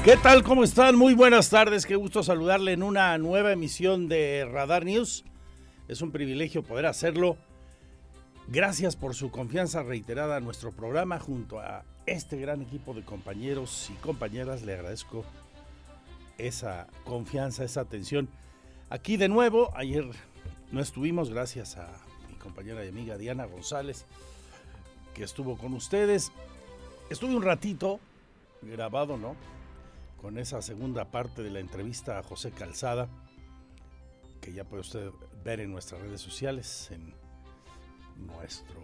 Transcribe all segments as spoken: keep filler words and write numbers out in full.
¿Qué tal? ¿Cómo están? Muy buenas tardes. Qué gusto saludarle en una nueva emisión de Radar News. Es un privilegio poder hacerlo. Gracias por su confianza reiterada a nuestro programa. Junto a este gran equipo de compañeros y compañeras, le agradezco esa confianza, esa atención. Aquí de nuevo, ayer no estuvimos, gracias a mi compañera y amiga Diana González, que estuvo con ustedes. Estuve un ratito grabado, ¿no?, con esa segunda parte de la entrevista a José Calzada, que ya puede usted ver en nuestras redes sociales, en nuestro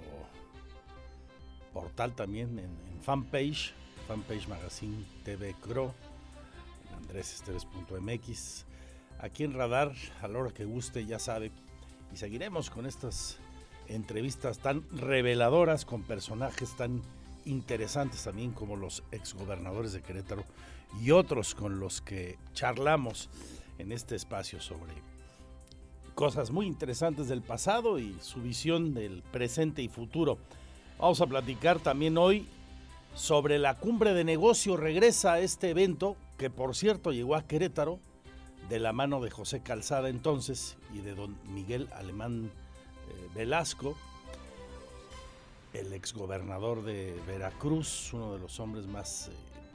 portal también, en, en fanpage, fanpage Magazine T V Cro, en andrés esteves punto m x, aquí en Radar, a la hora que guste, ya sabe, y seguiremos con estas entrevistas tan reveladoras, con personajes tan interesantes también como los exgobernadores de Querétaro y otros con los que charlamos en este espacio sobre cosas muy interesantes del pasado y su visión del presente y futuro. Vamos a platicar también hoy sobre la Cumbre de Negocios. Regresa a este evento que, por cierto, llegó a Querétaro de la mano de José Calzada entonces y de don Miguel Alemán eh, Velasco, el exgobernador de Veracruz, uno de los hombres más eh,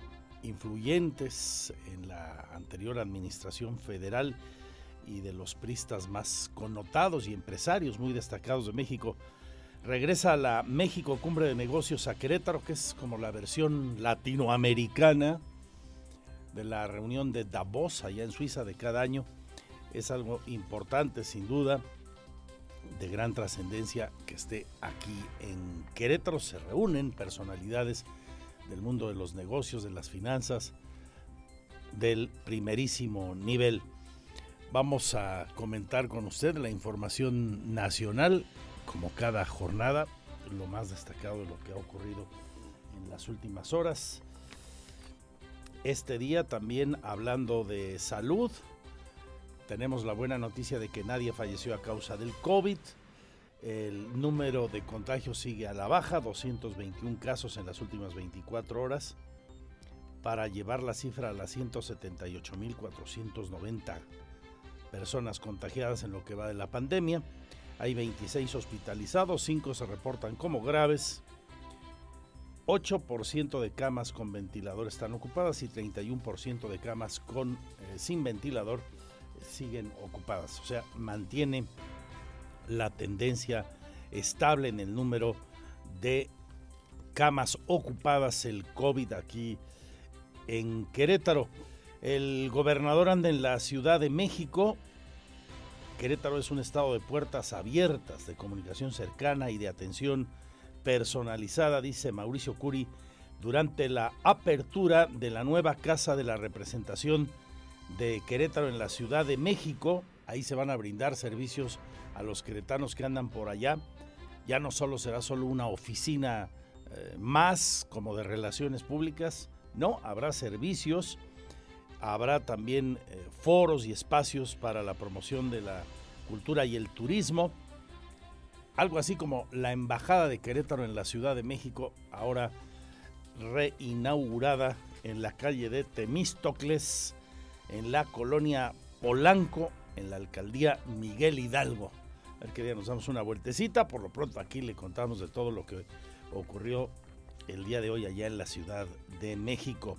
influyentes en la anterior administración federal y de los priistas más connotados y empresarios muy destacados de México. Regresa a la México Cumbre de Negocios a Querétaro, que es como la versión latinoamericana de la reunión de Davos allá en Suiza de cada año. Es algo importante, sin duda, de gran trascendencia que esté aquí en Querétaro. Se reúnen personalidades del mundo de los negocios, de las finanzas, del primerísimo nivel. Vamos a comentar con usted la información nacional, como cada jornada, lo más destacado de lo que ha ocurrido en las últimas horas. Este día también hablando de salud, tenemos la buena noticia de que nadie falleció a causa del COVID. El número de contagios sigue a la baja, doscientos veintiún casos en las últimas veinticuatro horas, para llevar la cifra a las ciento setenta y ocho mil cuatrocientos noventa personas contagiadas en lo que va de la pandemia. Hay veintiséis hospitalizados, cinco se reportan como graves, ocho por ciento de camas con ventilador están ocupadas y treinta y uno por ciento de camas con, eh, sin ventilador siguen ocupadas. O sea, mantiene la tendencia estable en el número de camas ocupadas el COVID aquí en Querétaro. El gobernador anda en la Ciudad de México. Querétaro es un estado de puertas abiertas, de comunicación cercana y de atención personalizada, dice Mauricio Curi, durante la apertura de la nueva Casa de la Representación de Querétaro en la Ciudad de México. Ahí se van a brindar servicios a los queretanos que andan por allá. Ya no solo será solo una oficina eh, más como de relaciones públicas, no, habrá servicios, habrá también eh, foros y espacios para la promoción de la cultura y el turismo. Algo así como la Embajada de Querétaro en la Ciudad de México, ahora reinaugurada en la calle de Temístocles, en la colonia Polanco, en la alcaldía Miguel Hidalgo. A ver qué día nos damos una vueltecita. Por lo pronto aquí le contamos de todo lo que ocurrió el día de hoy allá en la Ciudad de México.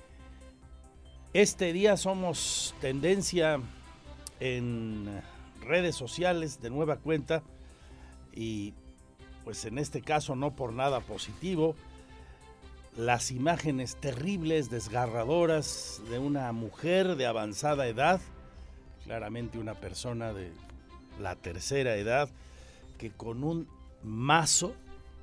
Este día somos tendencia en redes sociales de nueva cuenta y pues en este caso no por nada positivo. Las imágenes terribles, desgarradoras de una mujer de avanzada edad, claramente una persona de la tercera edad, que con un mazo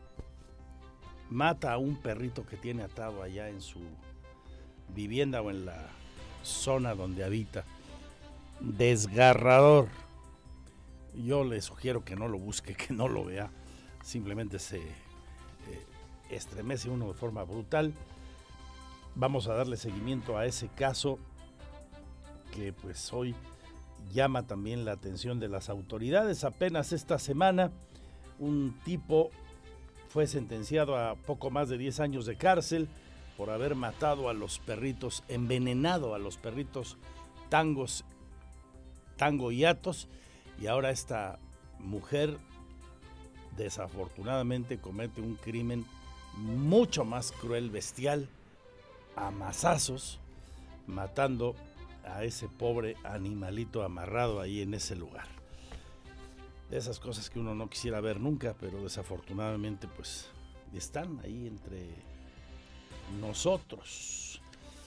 mata a un perrito que tiene atado allá en su vivienda o en la zona donde habita. Desgarrador. Yo le sugiero que no lo busque, que no lo vea. Simplemente se eh, estremece uno de forma brutal. Vamos a darle seguimiento a ese caso que pues hoy llama también la atención de las autoridades. Apenas esta semana un tipo fue sentenciado a poco más de diez años de cárcel por haber matado a los perritos, envenenado a los perritos tangos, Tango y Atos, y ahora esta mujer desafortunadamente comete un crimen mucho más cruel, bestial, a mazazos, matando a ese pobre animalito amarrado ahí en ese lugar. De esas cosas que uno no quisiera ver nunca, pero desafortunadamente pues están ahí entre nosotros.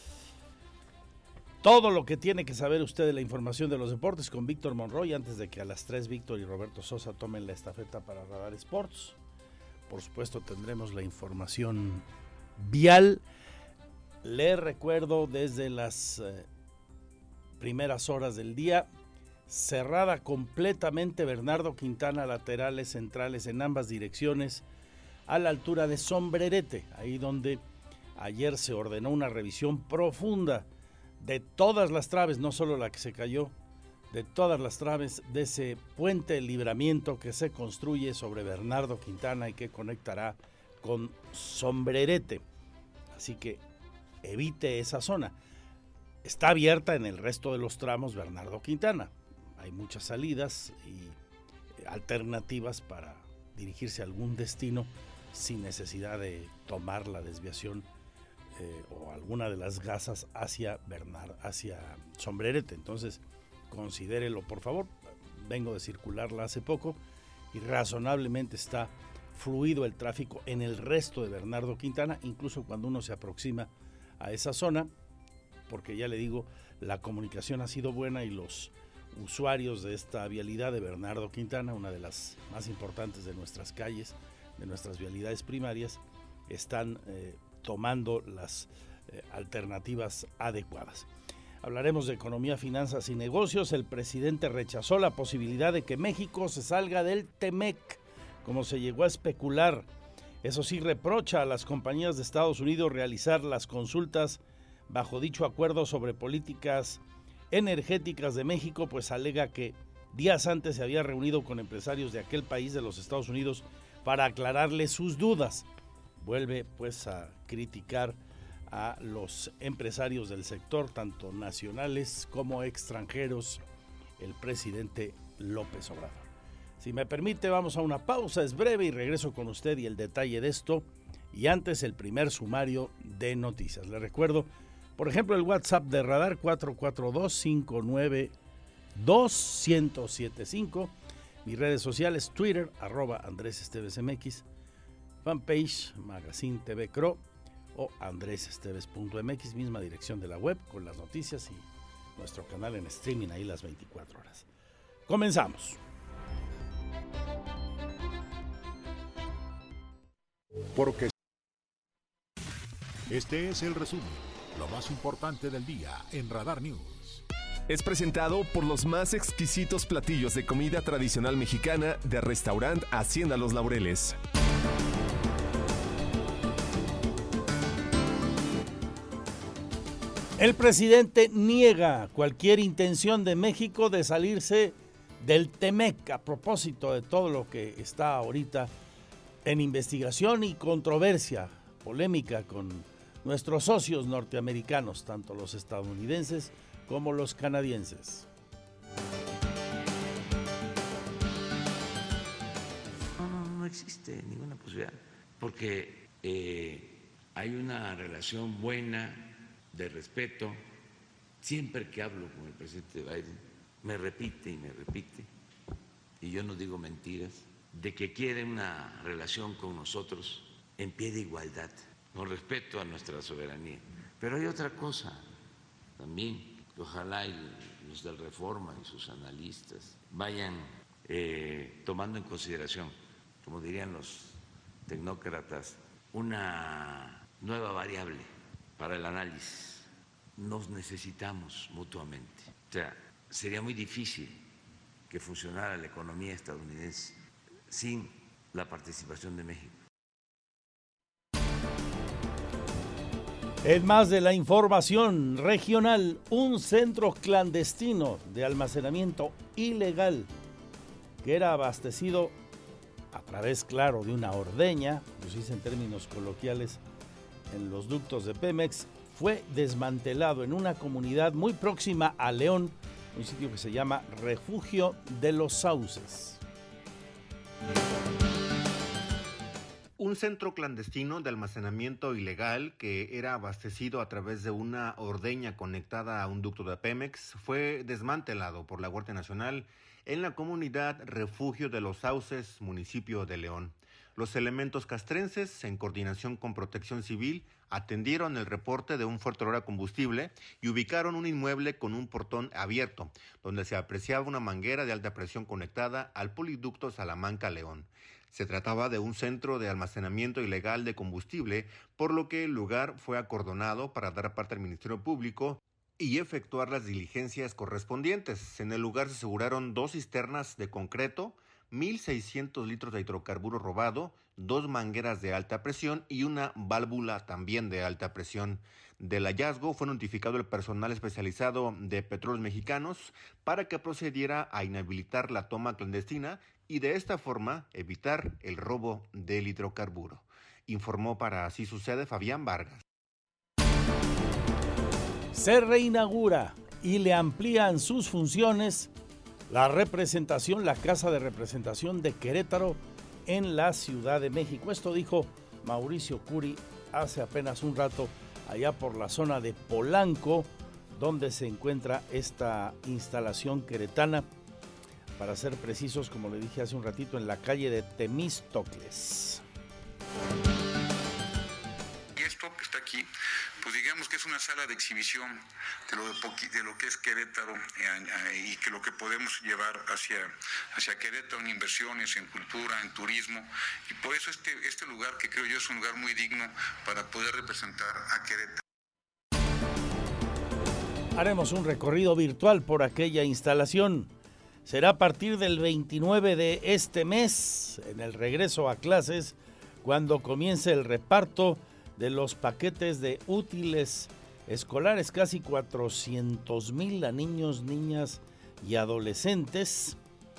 Todo lo que tiene que saber usted de la información de los deportes con Víctor Monroy, antes de que a las tres Víctor y Roberto Sosa tomen la estafeta para Radar Sports. Por supuesto tendremos la información vial. Les recuerdo desde las eh, primeras horas del día, cerrada completamente Bernardo Quintana, laterales centrales en ambas direcciones, a la altura de Sombrerete, ahí donde ayer se ordenó una revisión profunda de todas las traves, no solo la que se cayó, de todas las traves de ese puente de libramiento que se construye sobre Bernardo Quintana y que conectará con Sombrerete. Así que evite esa zona. Está abierta en el resto de los tramos Bernardo Quintana. Hay muchas salidas y alternativas para dirigirse a algún destino sin necesidad de tomar la desviación eh, o alguna de las gasas hacia Bernard, hacia Sombrerete. Entonces, considérelo, por favor. Vengo de circularla hace poco y razonablemente está fluido el tráfico en el resto de Bernardo Quintana, incluso cuando uno se aproxima a esa zona, porque ya le digo, la comunicación ha sido buena y los usuarios de esta vialidad de Bernardo Quintana, una de las más importantes de nuestras calles, de nuestras vialidades primarias, están eh, tomando las eh, alternativas adecuadas. Hablaremos de economía, finanzas y negocios. El presidente rechazó la posibilidad de que México se salga del TEMEC, como se llegó a especular. Eso sí, reprocha a las compañías de Estados Unidos realizar las consultas bajo dicho acuerdo sobre políticas energéticas de México, pues alega que días antes se había reunido con empresarios de aquel país de los Estados Unidos para aclararles sus dudas. Vuelve pues a criticar a los empresarios del sector, tanto nacionales como extranjeros, el presidente López Obrador. Si me permite, vamos a una pausa, es breve y regreso con usted y el detalle de esto. Y antes, el primer sumario de noticias. Le recuerdo, por ejemplo, el WhatsApp de Radar cuatro cuatro dos, cinco nueve dos, uno cero siete cinco. Mis redes sociales, Twitter, arroba Andrés Esteves M X, fanpage, Magazine T V Cro o andres esteves punto m x, misma dirección de la web con las noticias y nuestro canal en streaming ahí las veinticuatro horas. Comenzamos. Porque este es el resumen, lo más importante del día en Radar News. Es presentado por los más exquisitos platillos de comida tradicional mexicana de Restaurant Hacienda Los Laureles. El presidente niega cualquier intención de México de salirse del TEMEC a propósito de todo lo que está ahorita en investigación y controversia, polémica con nuestros socios norteamericanos, tanto los estadounidenses como los canadienses. No, no, no existe ninguna posibilidad, porque eh, hay una relación buena, de respeto. Siempre que hablo con el presidente Biden, me repite y me repite, y yo no digo mentiras, de que quiere una relación con nosotros en pie de igualdad, con respeto a nuestra soberanía. Pero hay otra cosa también, que ojalá y los del Reforma y sus analistas vayan eh, tomando en consideración, como dirían los tecnócratas, una nueva variable para el análisis. Nos necesitamos mutuamente. O sea, sería muy difícil que funcionara la economía estadounidense sin la participación de México. En más de la información regional, un centro clandestino de almacenamiento ilegal que era abastecido a través, claro, de una ordeña, pues dice en términos coloquiales, en los ductos de Pemex fue desmantelado en una comunidad muy próxima a León, un sitio que se llama Refugio de los Sauces. Un centro clandestino de almacenamiento ilegal que era abastecido a través de una ordeña conectada a un ducto de Pemex fue desmantelado por la Guardia Nacional en la comunidad Refugio de los Sauces, municipio de León. Los elementos castrenses, en coordinación con Protección Civil, atendieron el reporte de un fuerte olor a combustible y ubicaron un inmueble con un portón abierto, donde se apreciaba una manguera de alta presión conectada al poliducto Salamanca-León. Se trataba de un centro de almacenamiento ilegal de combustible, por lo que el lugar fue acordonado para dar parte al Ministerio Público y efectuar las diligencias correspondientes. En el lugar se aseguraron dos cisternas de concreto, mil seiscientos litros de hidrocarburo robado, dos mangueras de alta presión y una válvula también de alta presión. Del hallazgo fue notificado el personal especializado de Petróleos Mexicanos para que procediera a inhabilitar la toma clandestina y de esta forma evitar el robo del hidrocarburo. Informó para Así Sucede Fabián Vargas. Se reinaugura y le amplían sus funciones la representación, la Casa de Representación de Querétaro en la Ciudad de México. Esto dijo Mauricio Curi hace apenas un rato allá por la zona de Polanco, donde se encuentra esta instalación queretana, para ser precisos, como le dije hace un ratito, en la calle de Temístocles. Y esto que está aquí, pues digamos que es una sala de exhibición de lo, de poqui, de lo que es Querétaro eh, y que lo que podemos llevar hacia, hacia Querétaro en inversiones, en cultura, en turismo. Y por eso este, este lugar, que creo yo es un lugar muy digno para poder representar a Querétaro. Haremos un recorrido virtual por aquella instalación. Será a partir del veintinueve de este mes, en el regreso a clases, cuando comience el reparto de los paquetes de útiles escolares, casi cuatrocientos mil a niños, niñas y adolescentes.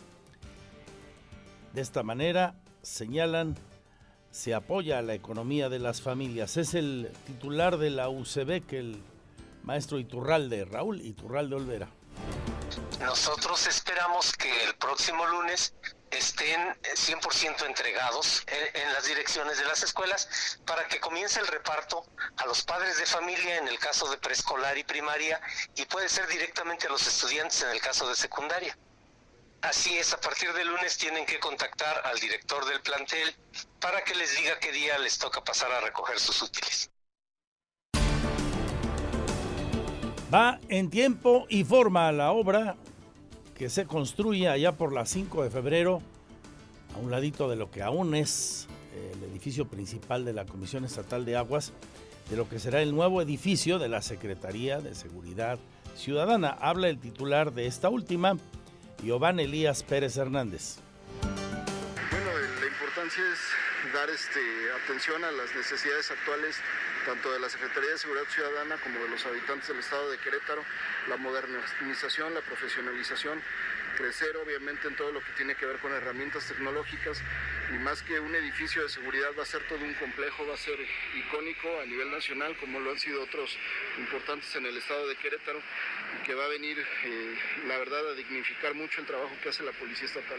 De esta manera, señalan, se apoya a la economía de las familias. Es el titular de la U C B, que el maestro Iturralde, Raúl Iturralde Olvera. Nosotros esperamos que el próximo lunes estén cien por ciento entregados en, en las direcciones de las escuelas para que comience el reparto a los padres de familia en el caso de preescolar y primaria, y puede ser directamente a los estudiantes en el caso de secundaria. Así es, a partir del lunes tienen que contactar al director del plantel para que les diga qué día les toca pasar a recoger sus útiles. Va en tiempo y forma la obra que se construye allá por la cinco de febrero, a un ladito de lo que aún es el edificio principal de la Comisión Estatal de Aguas, de lo que será el nuevo edificio de la Secretaría de Seguridad Ciudadana. Habla el titular de esta última, Giovann Elías Pérez Hernández. Bueno, la importancia es dar este, atención a las necesidades actuales tanto de la Secretaría de Seguridad Ciudadana como de los habitantes del estado de Querétaro, la modernización, la profesionalización, crecer obviamente en todo lo que tiene que ver con herramientas tecnológicas, y más que un edificio de seguridad va a ser todo un complejo, va a ser icónico a nivel nacional como lo han sido otros importantes en el estado de Querétaro, y que va a venir, eh, la verdad, a dignificar mucho el trabajo que hace la Policía Estatal.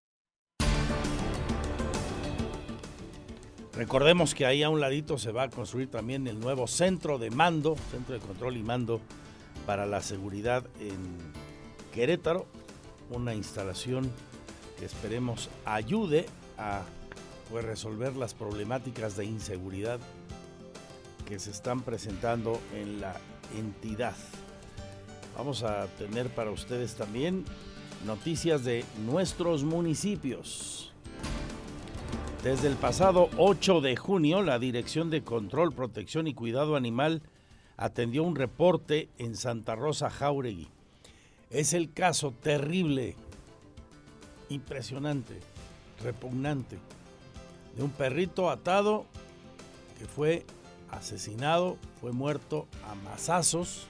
Recordemos que ahí a un ladito se va a construir también el nuevo centro de mando, centro de control y mando para la seguridad en Querétaro, una instalación que esperemos ayude a pues, resolver las problemáticas de inseguridad que se están presentando en la entidad. Vamos a tener para ustedes también noticias de nuestros municipios. Desde el pasado ocho de junio, la Dirección de Control, Protección y Cuidado Animal atendió un reporte en Santa Rosa Jáuregui. Es el caso terrible, impresionante, repugnante, de un perrito atado que fue asesinado, fue muerto a mazazos,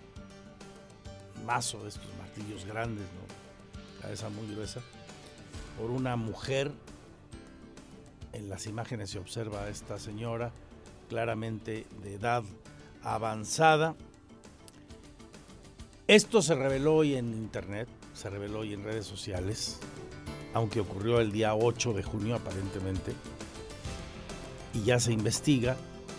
mazo de estos martillos grandes, ¿no? Cabeza muy gruesa, por una mujer. En las imágenes se observa a esta señora claramente de edad avanzada. Esto se reveló hoy en internet, se reveló hoy en redes sociales, aunque ocurrió el día ocho de junio aparentemente, y ya se investiga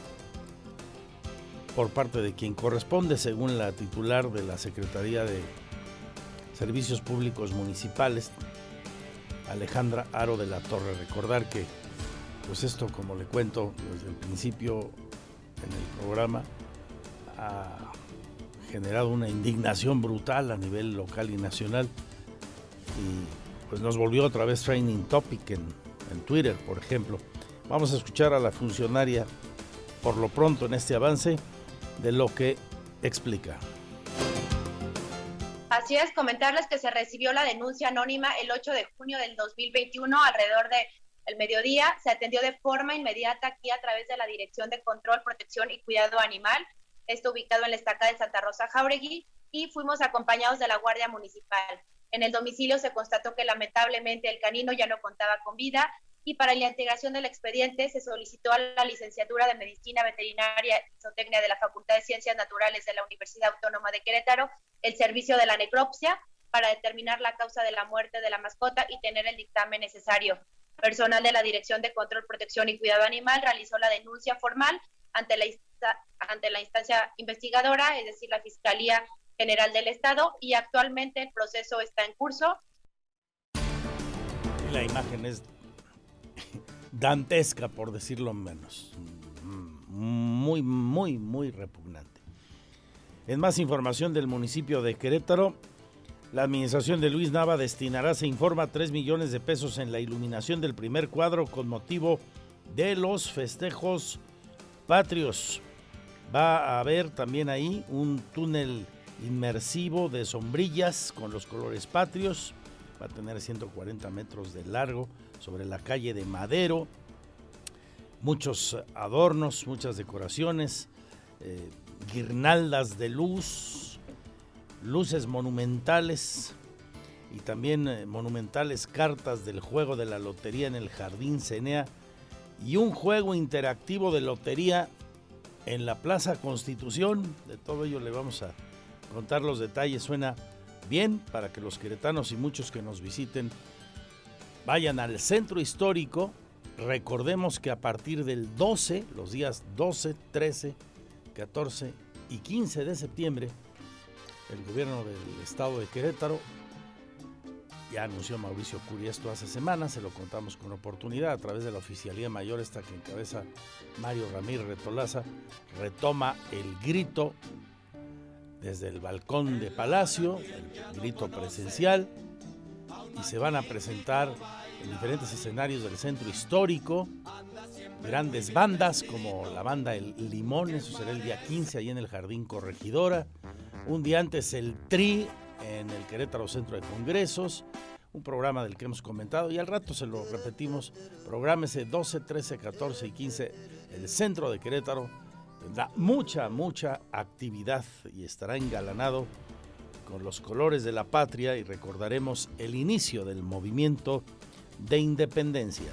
por parte de quien corresponde, según la titular de la Secretaría de Servicios Públicos Municipales, Alejandra Aro de la Torre. Recordar que, pues esto, como le cuento desde el principio en el programa, ha generado una indignación brutal a nivel local y nacional, y pues nos volvió otra vez trending topic en, en Twitter, por ejemplo. Vamos a escuchar a la funcionaria por lo pronto en este avance de lo que explica. Así es, comentarles que se recibió la denuncia anónima el ocho de junio del dos mil veintiuno alrededor de el mediodía. Se atendió de forma inmediata aquí a través de la Dirección de Control, Protección y Cuidado Animal, esto ubicado en la estaca de Santa Rosa Jáuregui, y fuimos acompañados de la Guardia Municipal. En el domicilio se constató que lamentablemente el canino ya no contaba con vida, y para la integración del expediente se solicitó a la Licenciatura de Medicina Veterinaria y Zootecnia de la Facultad de Ciencias Naturales de la Universidad Autónoma de Querétaro el servicio de la necropsia para determinar la causa de la muerte de la mascota y tener el dictamen necesario. Personal de la Dirección de Control, Protección y Cuidado Animal realizó la denuncia formal ante la, ante la instancia investigadora, es decir, la Fiscalía General del Estado, y actualmente el proceso está en curso. La imagen es dantesca, por decirlo menos. Muy, muy, muy repugnante. En más información del municipio de Querétaro, la administración de Luis Nava destinará, se informa, tres millones de pesos en la iluminación del primer cuadro con motivo de los festejos patrios. Va a haber también ahí un túnel inmersivo de sombrillas con los colores patrios. Va a tener ciento cuarenta metros de largo sobre la calle de Madero. Muchos adornos, muchas decoraciones, eh, guirnaldas de luz, luces monumentales y también eh, monumentales cartas del juego de la lotería en el Jardín Cenea y un juego interactivo de lotería en la Plaza Constitución. De todo ello le vamos a contar los detalles. Suena bien para que los queretanos y muchos que nos visiten vayan al centro histórico. Recordemos que a partir del doce, los días doce, trece, catorce y quince de septiembre, el gobierno del estado de Querétaro, ya anunció Mauricio Curi esto hace semanas, se lo contamos con oportunidad a través de la Oficialía Mayor, esta que encabeza Mario Ramírez Retolaza, retoma el grito desde el balcón de Palacio, el grito presencial, y se van a presentar en diferentes escenarios del centro histórico grandes bandas como la banda El Limón, eso será el día quince ahí en el Jardín Corregidora. Un día antes el Tri en el Querétaro Centro de Congresos, un programa del que hemos comentado y al rato se lo repetimos. Prográmese doce, trece, catorce y quince, el centro de Querétaro tendrá mucha, mucha actividad y estará engalanado con los colores de la patria y recordaremos el inicio del movimiento de independencia.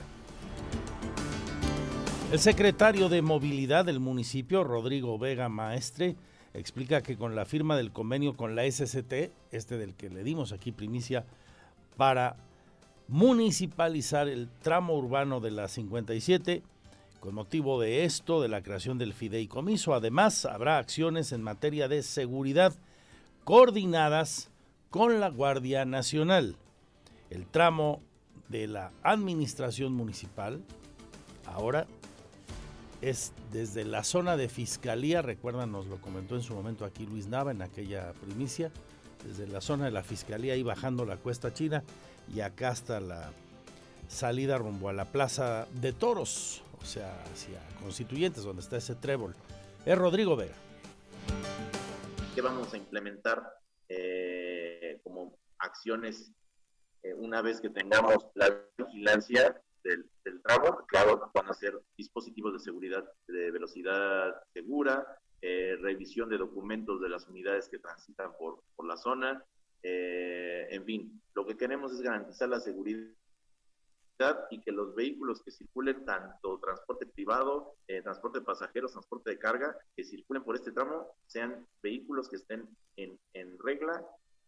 El secretario de Movilidad del municipio, Rodrigo Vega Maestre, explica que con la firma del convenio con la S C T, este del que le dimos aquí primicia, para municipalizar el tramo urbano de la cincuenta y siete, con motivo de esto, de la creación del fideicomiso, además habrá acciones en materia de seguridad coordinadas con la Guardia Nacional. El tramo de la administración municipal ahora es desde la zona de Fiscalía, recuerdan, nos lo comentó en su momento aquí Luis Nava en aquella primicia, desde la zona de la Fiscalía y bajando la Cuesta China y acá hasta la salida rumbo a la Plaza de Toros, o sea, hacia Constituyentes, donde está ese trébol. Es Rodrigo Vega. ¿Qué vamos a implementar eh, como acciones eh, una vez que tengamos la vigilancia del, del tramo? Claro, van a ser dispositivos de seguridad de velocidad segura, eh, revisión de documentos de las unidades que transitan por, por la zona, eh, en fin, lo que queremos es garantizar la seguridad y que los vehículos que circulen, tanto transporte privado, eh, transporte de pasajeros, transporte de carga, que circulen por este tramo, sean vehículos que estén en, en regla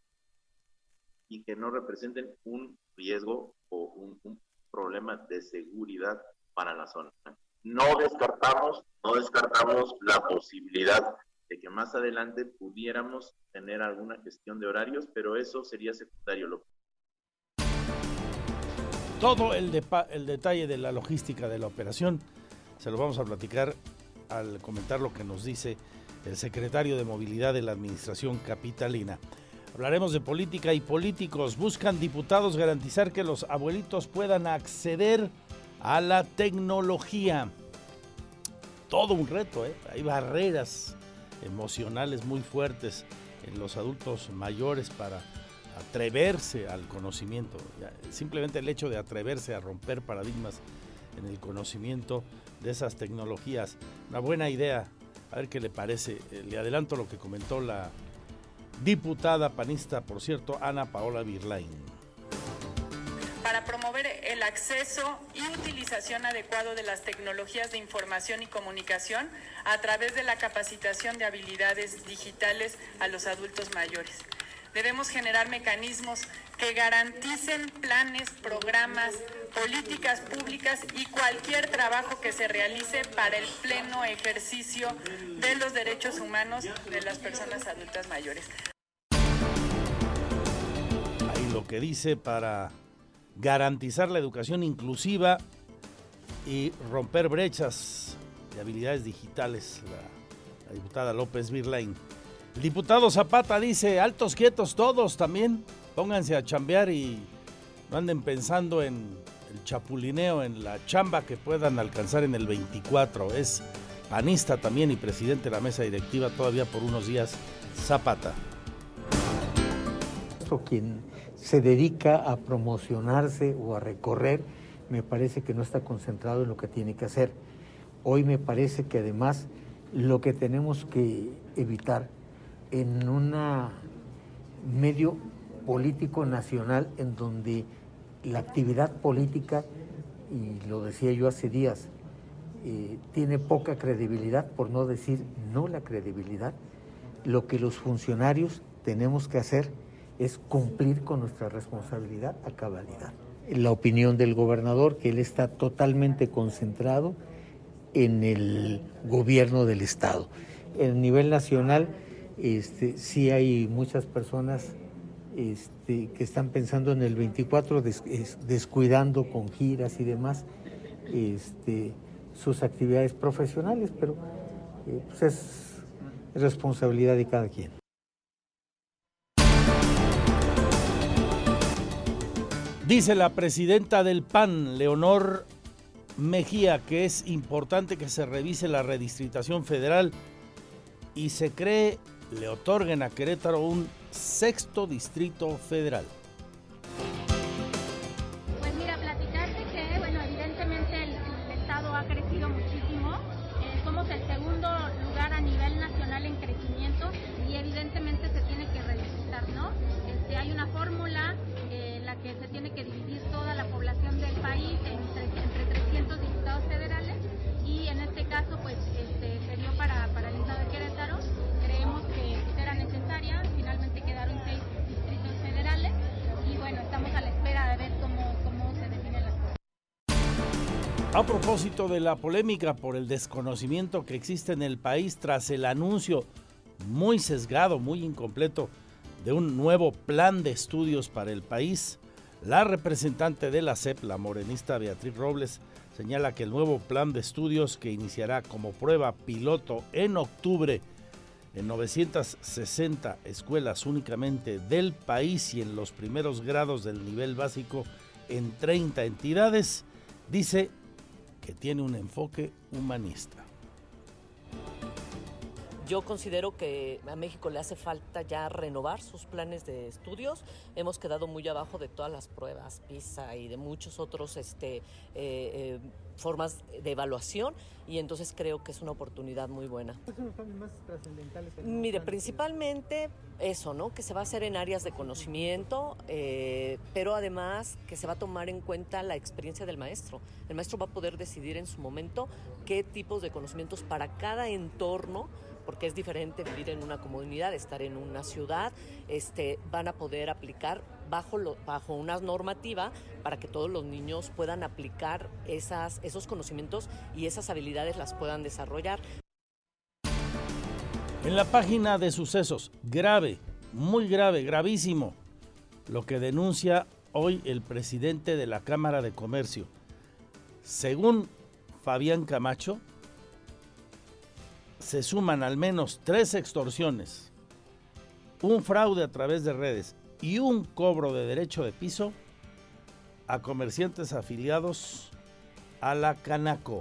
y que no representen un riesgo o un, un problema de seguridad para la zona. No descartamos, no descartamos la posibilidad de que más adelante pudiéramos tener alguna gestión de horarios, pero eso sería secundario. Lo Todo el, de, el detalle de la logística de la operación se lo vamos a platicar al comentar lo que nos dice el secretario de Movilidad de la Administración Capitalina. Hablaremos de política y políticos. Buscan diputados garantizar que los abuelitos puedan acceder a la tecnología. Todo un reto, ¿eh? Hay barreras emocionales muy fuertes en los adultos mayores para atreverse al conocimiento. Simplemente el hecho de atreverse a romper paradigmas en el conocimiento de esas tecnologías. Una buena idea. A ver qué le parece. Le adelanto lo que comentó la diputada panista, por cierto, Ana Paola Virlain. Para promover el acceso y utilización adecuado de las tecnologías de información y comunicación a través de la capacitación de habilidades digitales a los adultos mayores. Debemos generar mecanismos que garanticen planes, programas, políticas públicas y cualquier trabajo que se realice para el pleno ejercicio de los derechos humanos de las personas adultas mayores. Ahí lo que dice para garantizar la educación inclusiva y romper brechas de habilidades digitales, la, la diputada López Virlain. El diputado Zapata dice, altos quietos todos también, pónganse a chambear y no anden pensando en el chapulineo, en la chamba que puedan alcanzar en el veinticuatro. Es panista también y presidente de la mesa directiva todavía por unos días, Zapata. Quien se dedica a promocionarse o a recorrer, me parece que no está concentrado en lo que tiene que hacer. Hoy me parece que además lo que tenemos que evitar en un medio político nacional en donde la actividad política, y lo decía yo hace días, eh, tiene poca credibilidad, por no decir nula credibilidad, lo que los funcionarios tenemos que hacer es cumplir con nuestra responsabilidad a cabalidad. La opinión del gobernador, que él está totalmente concentrado en el gobierno del Estado. En el nivel nacional, este, sí hay muchas personas este, que están pensando en el veinticuatro, des, descuidando con giras y demás este, sus actividades profesionales, pero eh, pues es responsabilidad de cada quien. Dice la presidenta del P A N, Leonor Mejía, que es importante que se revise la redistritación federal y se cree, le otorguen a Querétaro un sexto distrito federal. Pues mira, platicarte que, bueno, evidentemente el, el Estado ha crecido muchísimo. Eh, somos el segundo lugar a nivel nacional en crecimiento y evidentemente se tiene que redistritar, ¿no? Este, hay una fórmula eh, en la que se tiene que dividir toda la población del país entre, entre trescientos diputados federales y en este caso, pues, este, se dio para, para el estado de Querétaro. Creemos que era necesaria, finalmente quedaron seis distritos federales y bueno, estamos a la espera de ver cómo, cómo se definen las cosas. A propósito de la polémica por el desconocimiento que existe en el país tras el anuncio muy sesgado, muy incompleto de un nuevo plan de estudios para el país, la representante de la C E P, la morenista Beatriz Robles, señala que el nuevo plan de estudios, que iniciará como prueba piloto en octubre en novecientas sesenta escuelas únicamente del país y en los primeros grados del nivel básico en treinta entidades, dice que tiene un enfoque humanista. Yo considero que a México le hace falta ya renovar sus planes de estudios. Hemos quedado muy abajo de todas las pruebas PISA y de muchos otros este, eh, eh, formas de evaluación, y entonces creo que es una oportunidad muy buena. ¿Cuáles son los cambios más trascendentales? Mire, principalmente eso, ¿no? Que se va a hacer en áreas de conocimiento, eh, pero además que se va a tomar en cuenta la experiencia del maestro. El maestro va a poder decidir en su momento qué tipos de conocimientos para cada entorno, porque es diferente vivir en una comunidad, estar en una ciudad, este, van a poder aplicar bajo, lo, bajo una normativa para que todos los niños puedan aplicar esas, esos conocimientos y esas habilidades las puedan desarrollar. En la página de sucesos, grave, muy grave, gravísimo, lo que denuncia hoy el presidente de la Cámara de Comercio. Según Fabián Camacho, se suman al menos tres extorsiones, un fraude a través de redes y un cobro de derecho de piso a comerciantes afiliados a la Canaco.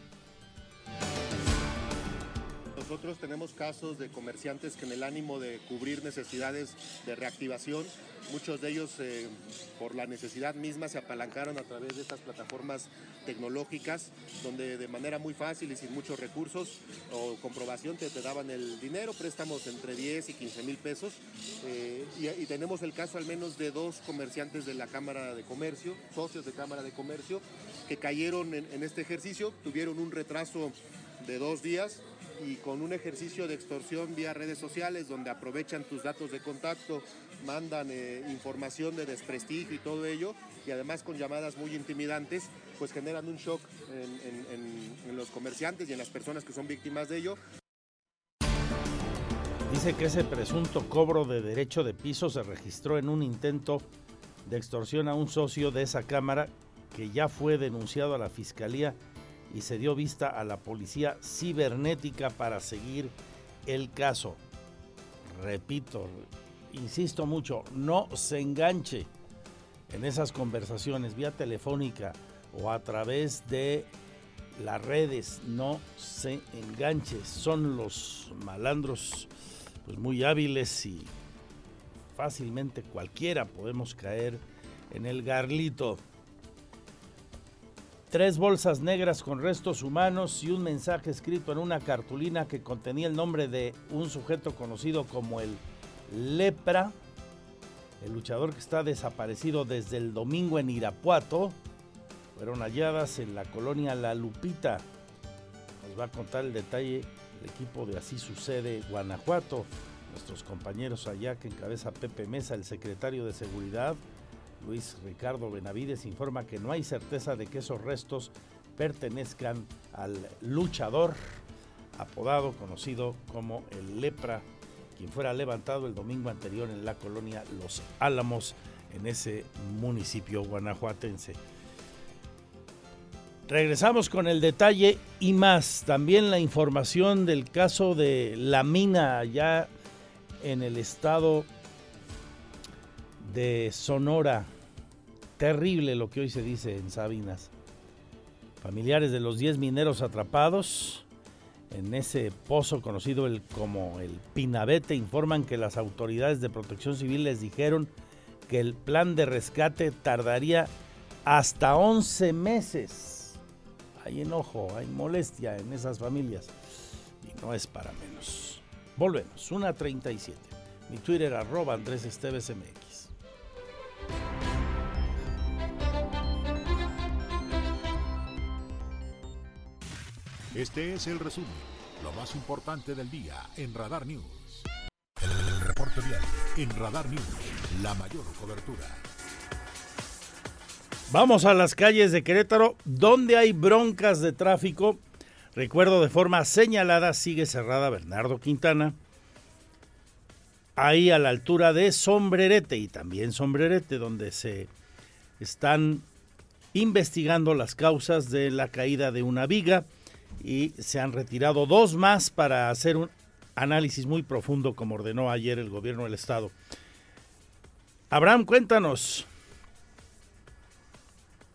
Nosotros tenemos casos de comerciantes que en el ánimo de cubrir necesidades de reactivación, muchos de ellos eh, por la necesidad misma se apalancaron a través de estas plataformas tecnológicas, donde de manera muy fácil y sin muchos recursos o comprobación te, te daban el dinero, préstamos entre diez y quince mil pesos. Eh, y, y tenemos el caso al menos de dos comerciantes de la Cámara de Comercio, socios de Cámara de Comercio, que cayeron en, en este ejercicio, tuvieron un retraso de dos días, y con un ejercicio de extorsión vía redes sociales donde aprovechan tus datos de contacto, mandan eh, información de desprestigio y todo ello, y además con llamadas muy intimidantes, pues generan un shock en, en, en, en los comerciantes y en las personas que son víctimas de ello. Dice que ese presunto cobro de derecho de piso se registró en un intento de extorsión a un socio de esa cámara que ya fue denunciado a la Fiscalía y se dio vista a la Policía Cibernética para seguir el caso. Repito, insisto mucho, no se enganche en esas conversaciones vía telefónica o a través de las redes, no se enganche. Son los malandros pues muy hábiles y fácilmente cualquiera podemos caer en el garlito. Tres bolsas negras con restos humanos y un mensaje escrito en una cartulina que contenía el nombre de un sujeto conocido como el Lepra, el luchador que está desaparecido desde el domingo en Irapuato, fueron halladas en la colonia La Lupita. Nos va a contar el detalle el equipo de Así Sucede Guanajuato, nuestros compañeros allá que encabeza Pepe Mesa, el secretario de Seguridad. Luis Ricardo Benavides informa que no hay certeza de que esos restos pertenezcan al luchador apodado, conocido como el Lepra, quien fuera levantado el domingo anterior en la colonia Los Álamos, en ese municipio guanajuatense. Regresamos con el detalle y más, también la información del caso de la mina allá en el estado de Sonora. Terrible lo que hoy se dice en Sabinas. Familiares de los diez mineros atrapados en ese pozo conocido el, como el Pinabete informan que las autoridades de Protección Civil les dijeron que el plan de rescate tardaría hasta once meses. Hay enojo, hay molestia en esas familias y no es para menos. Volvemos, una treinta y siete. Mi Twitter, arroba Andrés Esteves M X. Este es el resumen, lo más importante del día en Radar News. El reporte vial en Radar News, la mayor cobertura. Vamos a las calles de Querétaro, donde hay broncas de tráfico. Recuerdo, de forma señalada, sigue cerrada Bernardo Quintana, ahí a la altura de Sombrerete, y también Sombrerete, donde se están investigando las causas de la caída de una viga, y se han retirado dos más para hacer un análisis muy profundo, como ordenó ayer el gobierno del estado. Abraham, cuéntanos.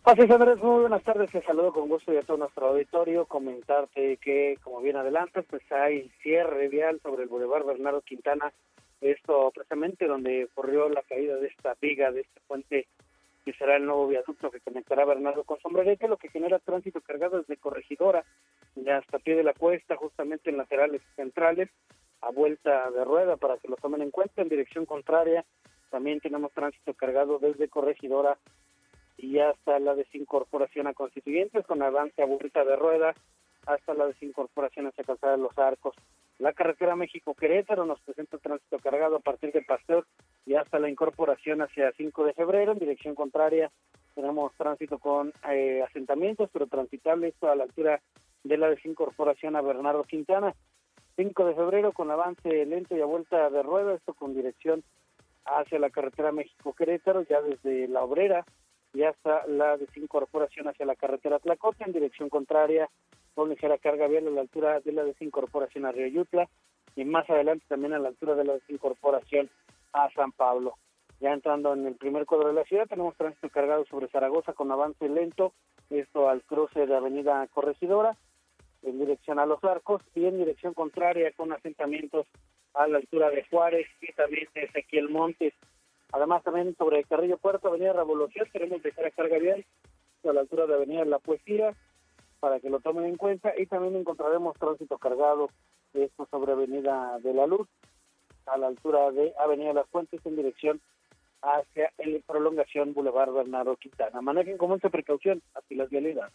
Así es, Andrés, muy buenas tardes, te saludo con gusto y a todo nuestro auditorio. Comentarte que, como bien adelantas, pues hay cierre vial sobre el Boulevard Bernardo Quintana, esto precisamente donde ocurrió la caída de esta viga, de este puente que será el nuevo viaducto que conectará Bernardo con Sombrerete, lo que genera tránsito cargado desde Corregidora ya hasta Pie de la Cuesta, justamente en laterales centrales, a vuelta de rueda para que lo tomen en cuenta. En dirección contraria también tenemos tránsito cargado desde Corregidora y hasta la desincorporación a Constituyentes, con avance a vuelta de rueda hasta la desincorporación hacia Calzada de los Arcos. La carretera México-Querétaro nos presenta tránsito cargado a partir de Pasteur y hasta la incorporación hacia cinco de febrero. En dirección contraria tenemos tránsito con eh, asentamientos, pero transitable esto a la altura de la desincorporación a Bernardo Quintana. cinco de febrero con avance lento y a vuelta de rueda, esto con dirección hacia la carretera México-Querétaro, ya desde La Obrera y hasta la desincorporación hacia la carretera Tlacote. En dirección contraria con ligera carga vial a la altura de la desincorporación a Río Yutla y más adelante también a la altura de la desincorporación a San Pablo. Ya entrando en el primer cuadro de la ciudad tenemos tránsito cargado sobre Zaragoza con avance lento, esto al cruce de Avenida Corregidora en dirección a Los Arcos, y en dirección contraria con asentamientos a la altura de Juárez y también de Ezequiel Montes. Además, también sobre Carrillo Puerto, Avenida Revolución, tenemos ligera carga vial a la altura de Avenida La Poesía, para que lo tomen en cuenta, y también encontraremos tránsito cargado esto sobre Avenida de la Luz, a la altura de Avenida Las Fuentes, en dirección hacia el prolongación Boulevard Bernardo Quintana. Manejen con mucha precaución hacia las vialidades.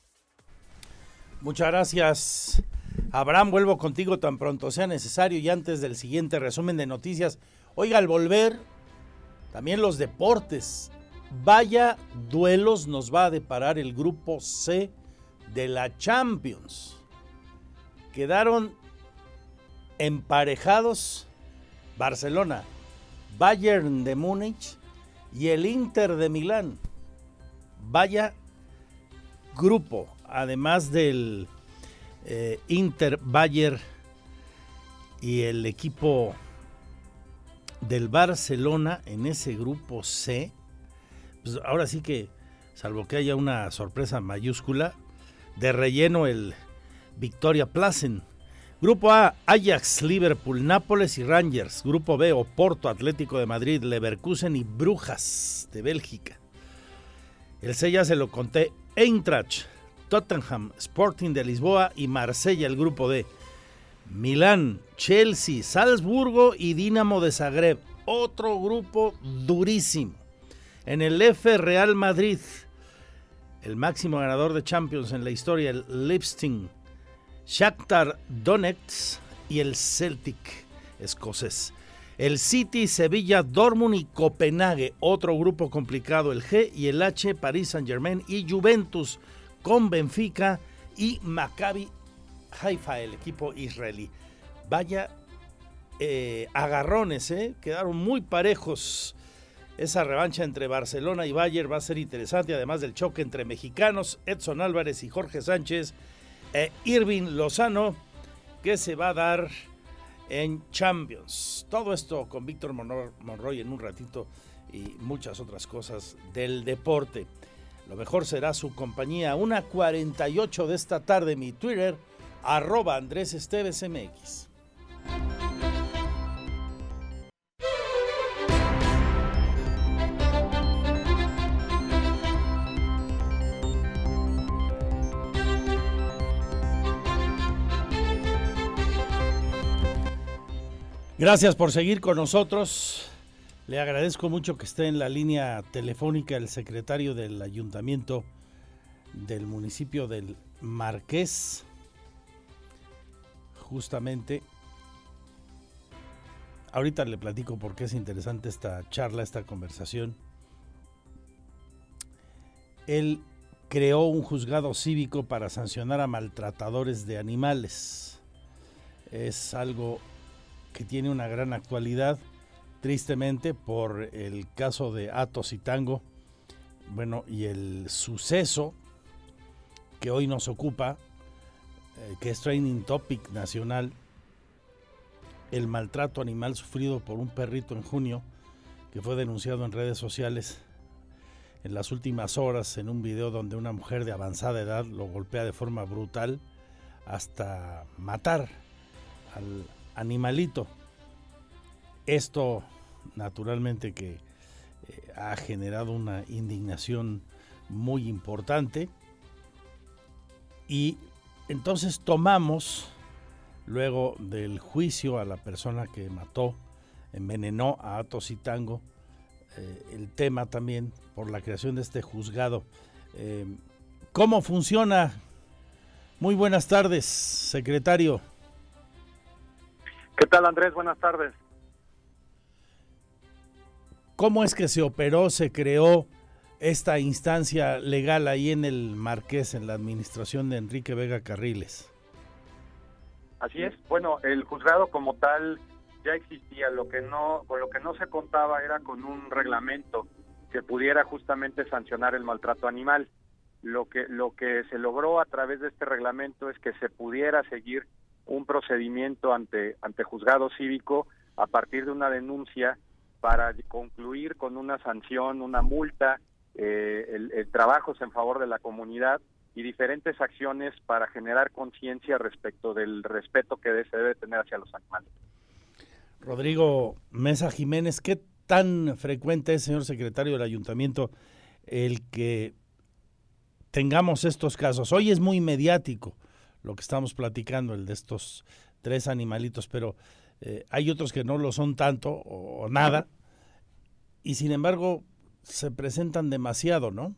Muchas gracias, Abraham. Vuelvo contigo tan pronto sea necesario y antes del siguiente resumen de noticias. Oiga, al volver, también los deportes. Vaya duelos nos va a deparar el grupo C de la Champions. Quedaron emparejados Barcelona, Bayern de Múnich y el Inter de Milán. Vaya grupo, además del eh, Inter, Bayern y el equipo del Barcelona en ese grupo C. Pues ahora sí que, salvo que haya una sorpresa mayúscula, de relleno el Victoria Plzen. Grupo A, Ajax, Liverpool, Nápoles y Rangers. Grupo B, Oporto, Atlético de Madrid, Leverkusen y Brujas de Bélgica. El C ya se lo conté, Eintracht, Tottenham, Sporting de Lisboa y Marsella, el grupo D. Milán, Chelsea, Salzburgo y Dinamo de Zagreb. Otro grupo durísimo. En el F, Real Madrid, el máximo ganador de Champions en la historia, el Leipzig, Shakhtar Donetsk y el Celtic escocés. El City, Sevilla, Dortmund y Copenhague, otro grupo complicado, el G y el H, Paris Saint-Germain y Juventus con Benfica y Maccabi Haifa, el equipo israelí. Vaya eh, agarrones, ¿eh? Quedaron muy parejos. Esa revancha entre Barcelona y Bayern va a ser interesante, además del choque entre mexicanos, Edson Álvarez y Jorge Sánchez, e Irving Lozano, que se va a dar en Champions. Todo esto con Víctor Monroy en un ratito y muchas otras cosas del deporte. Lo mejor será su compañía. una cuarenta y ocho de esta tarde, mi Twitter, arroba Andrés Esteves M X. Gracias por seguir con nosotros. Le agradezco mucho que esté en la línea telefónica el secretario del Ayuntamiento del municipio del Marqués. Justamente, ahorita le platico por qué es interesante esta charla, esta conversación. Él creó un juzgado cívico para sancionar a maltratadores de animales. Es algo que tiene una gran actualidad, tristemente, por el caso de Atos y Tango, bueno, y el suceso que hoy nos ocupa, eh, que es Training Topic nacional, el maltrato animal sufrido por un perrito en junio, que fue denunciado en redes sociales. en las últimas horas en un video donde una mujer de avanzada edad lo golpea de forma brutal hasta matar al animalito. Esto naturalmente que eh, ha generado una indignación muy importante, y entonces tomamos, luego del juicio a la persona que mató, envenenó a Athos Zitango, eh, el tema también por la creación de este juzgado. Eh, ¿Cómo funciona? Muy buenas tardes, secretario. ¿Qué tal, Andrés? Buenas tardes. ¿Cómo es que se operó, se creó esta instancia legal ahí en el Marqués, en la administración de Enrique Vega Carriles? Así es. Bueno, el juzgado como tal ya existía. Lo que no, con lo que no se contaba era con un reglamento que pudiera justamente sancionar el maltrato animal. Lo que lo que se logró a través de este reglamento es que se pudiera seguir un procedimiento ante ante juzgado cívico a partir de una denuncia para concluir con una sanción, una multa, eh, el, el trabajos en favor de la comunidad y diferentes acciones para generar conciencia respecto del respeto que se debe tener hacia los animales. Rodrigo Mesa Jiménez, ¿qué tan frecuente es, señor secretario del Ayuntamiento, el que tengamos estos casos? Hoy es muy mediático lo que estamos platicando, el de estos tres animalitos, pero eh, hay otros que no lo son tanto o, o nada, y sin embargo se presentan demasiado, ¿no?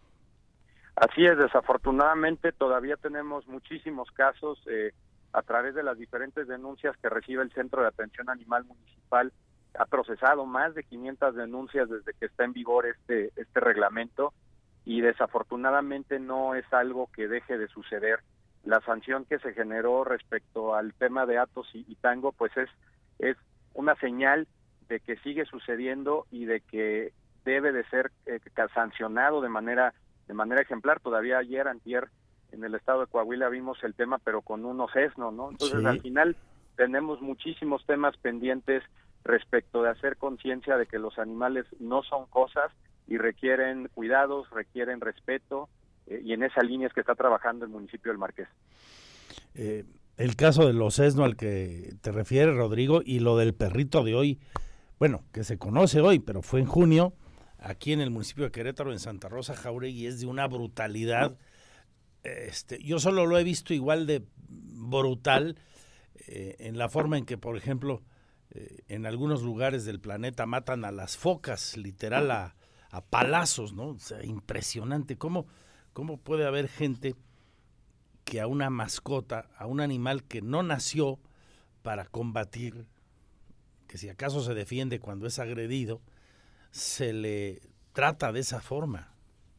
Así es, desafortunadamente todavía tenemos muchísimos casos eh, a través de las diferentes denuncias que recibe el Centro de Atención Animal Municipal. Ha procesado más de quinientas denuncias desde que está en vigor este este reglamento, y desafortunadamente no es algo que deje de suceder. La sanción que se generó respecto al tema de Athos y, y Tango, pues es es una señal de que sigue sucediendo y de que debe de ser eh, sancionado de manera de manera ejemplar. Todavía ayer, antier, en el estado de Coahuila vimos el tema, pero con un osesno, ¿no? Entonces, sí, al final tenemos muchísimos temas pendientes respecto de hacer conciencia de que los animales no son cosas y requieren cuidados, requieren respeto, eh, y en esa línea es que está trabajando el municipio del Marqués. Eh, el caso del osesno al que te refieres, Rodrigo, y lo del perrito de hoy, bueno, que se conoce hoy, pero fue en junio, aquí en el municipio de Querétaro, en Santa Rosa Jauregui, es de una brutalidad. Este, yo solo lo he visto igual de brutal eh, en la forma en que, por ejemplo, eh, en algunos lugares del planeta matan a las focas, literal a, a palazos, ¿no? O sea, impresionante. ¿Cómo, cómo puede haber gente que a una mascota, a un animal que no nació para combatir, que si acaso se defiende cuando es agredido, se le trata de esa forma?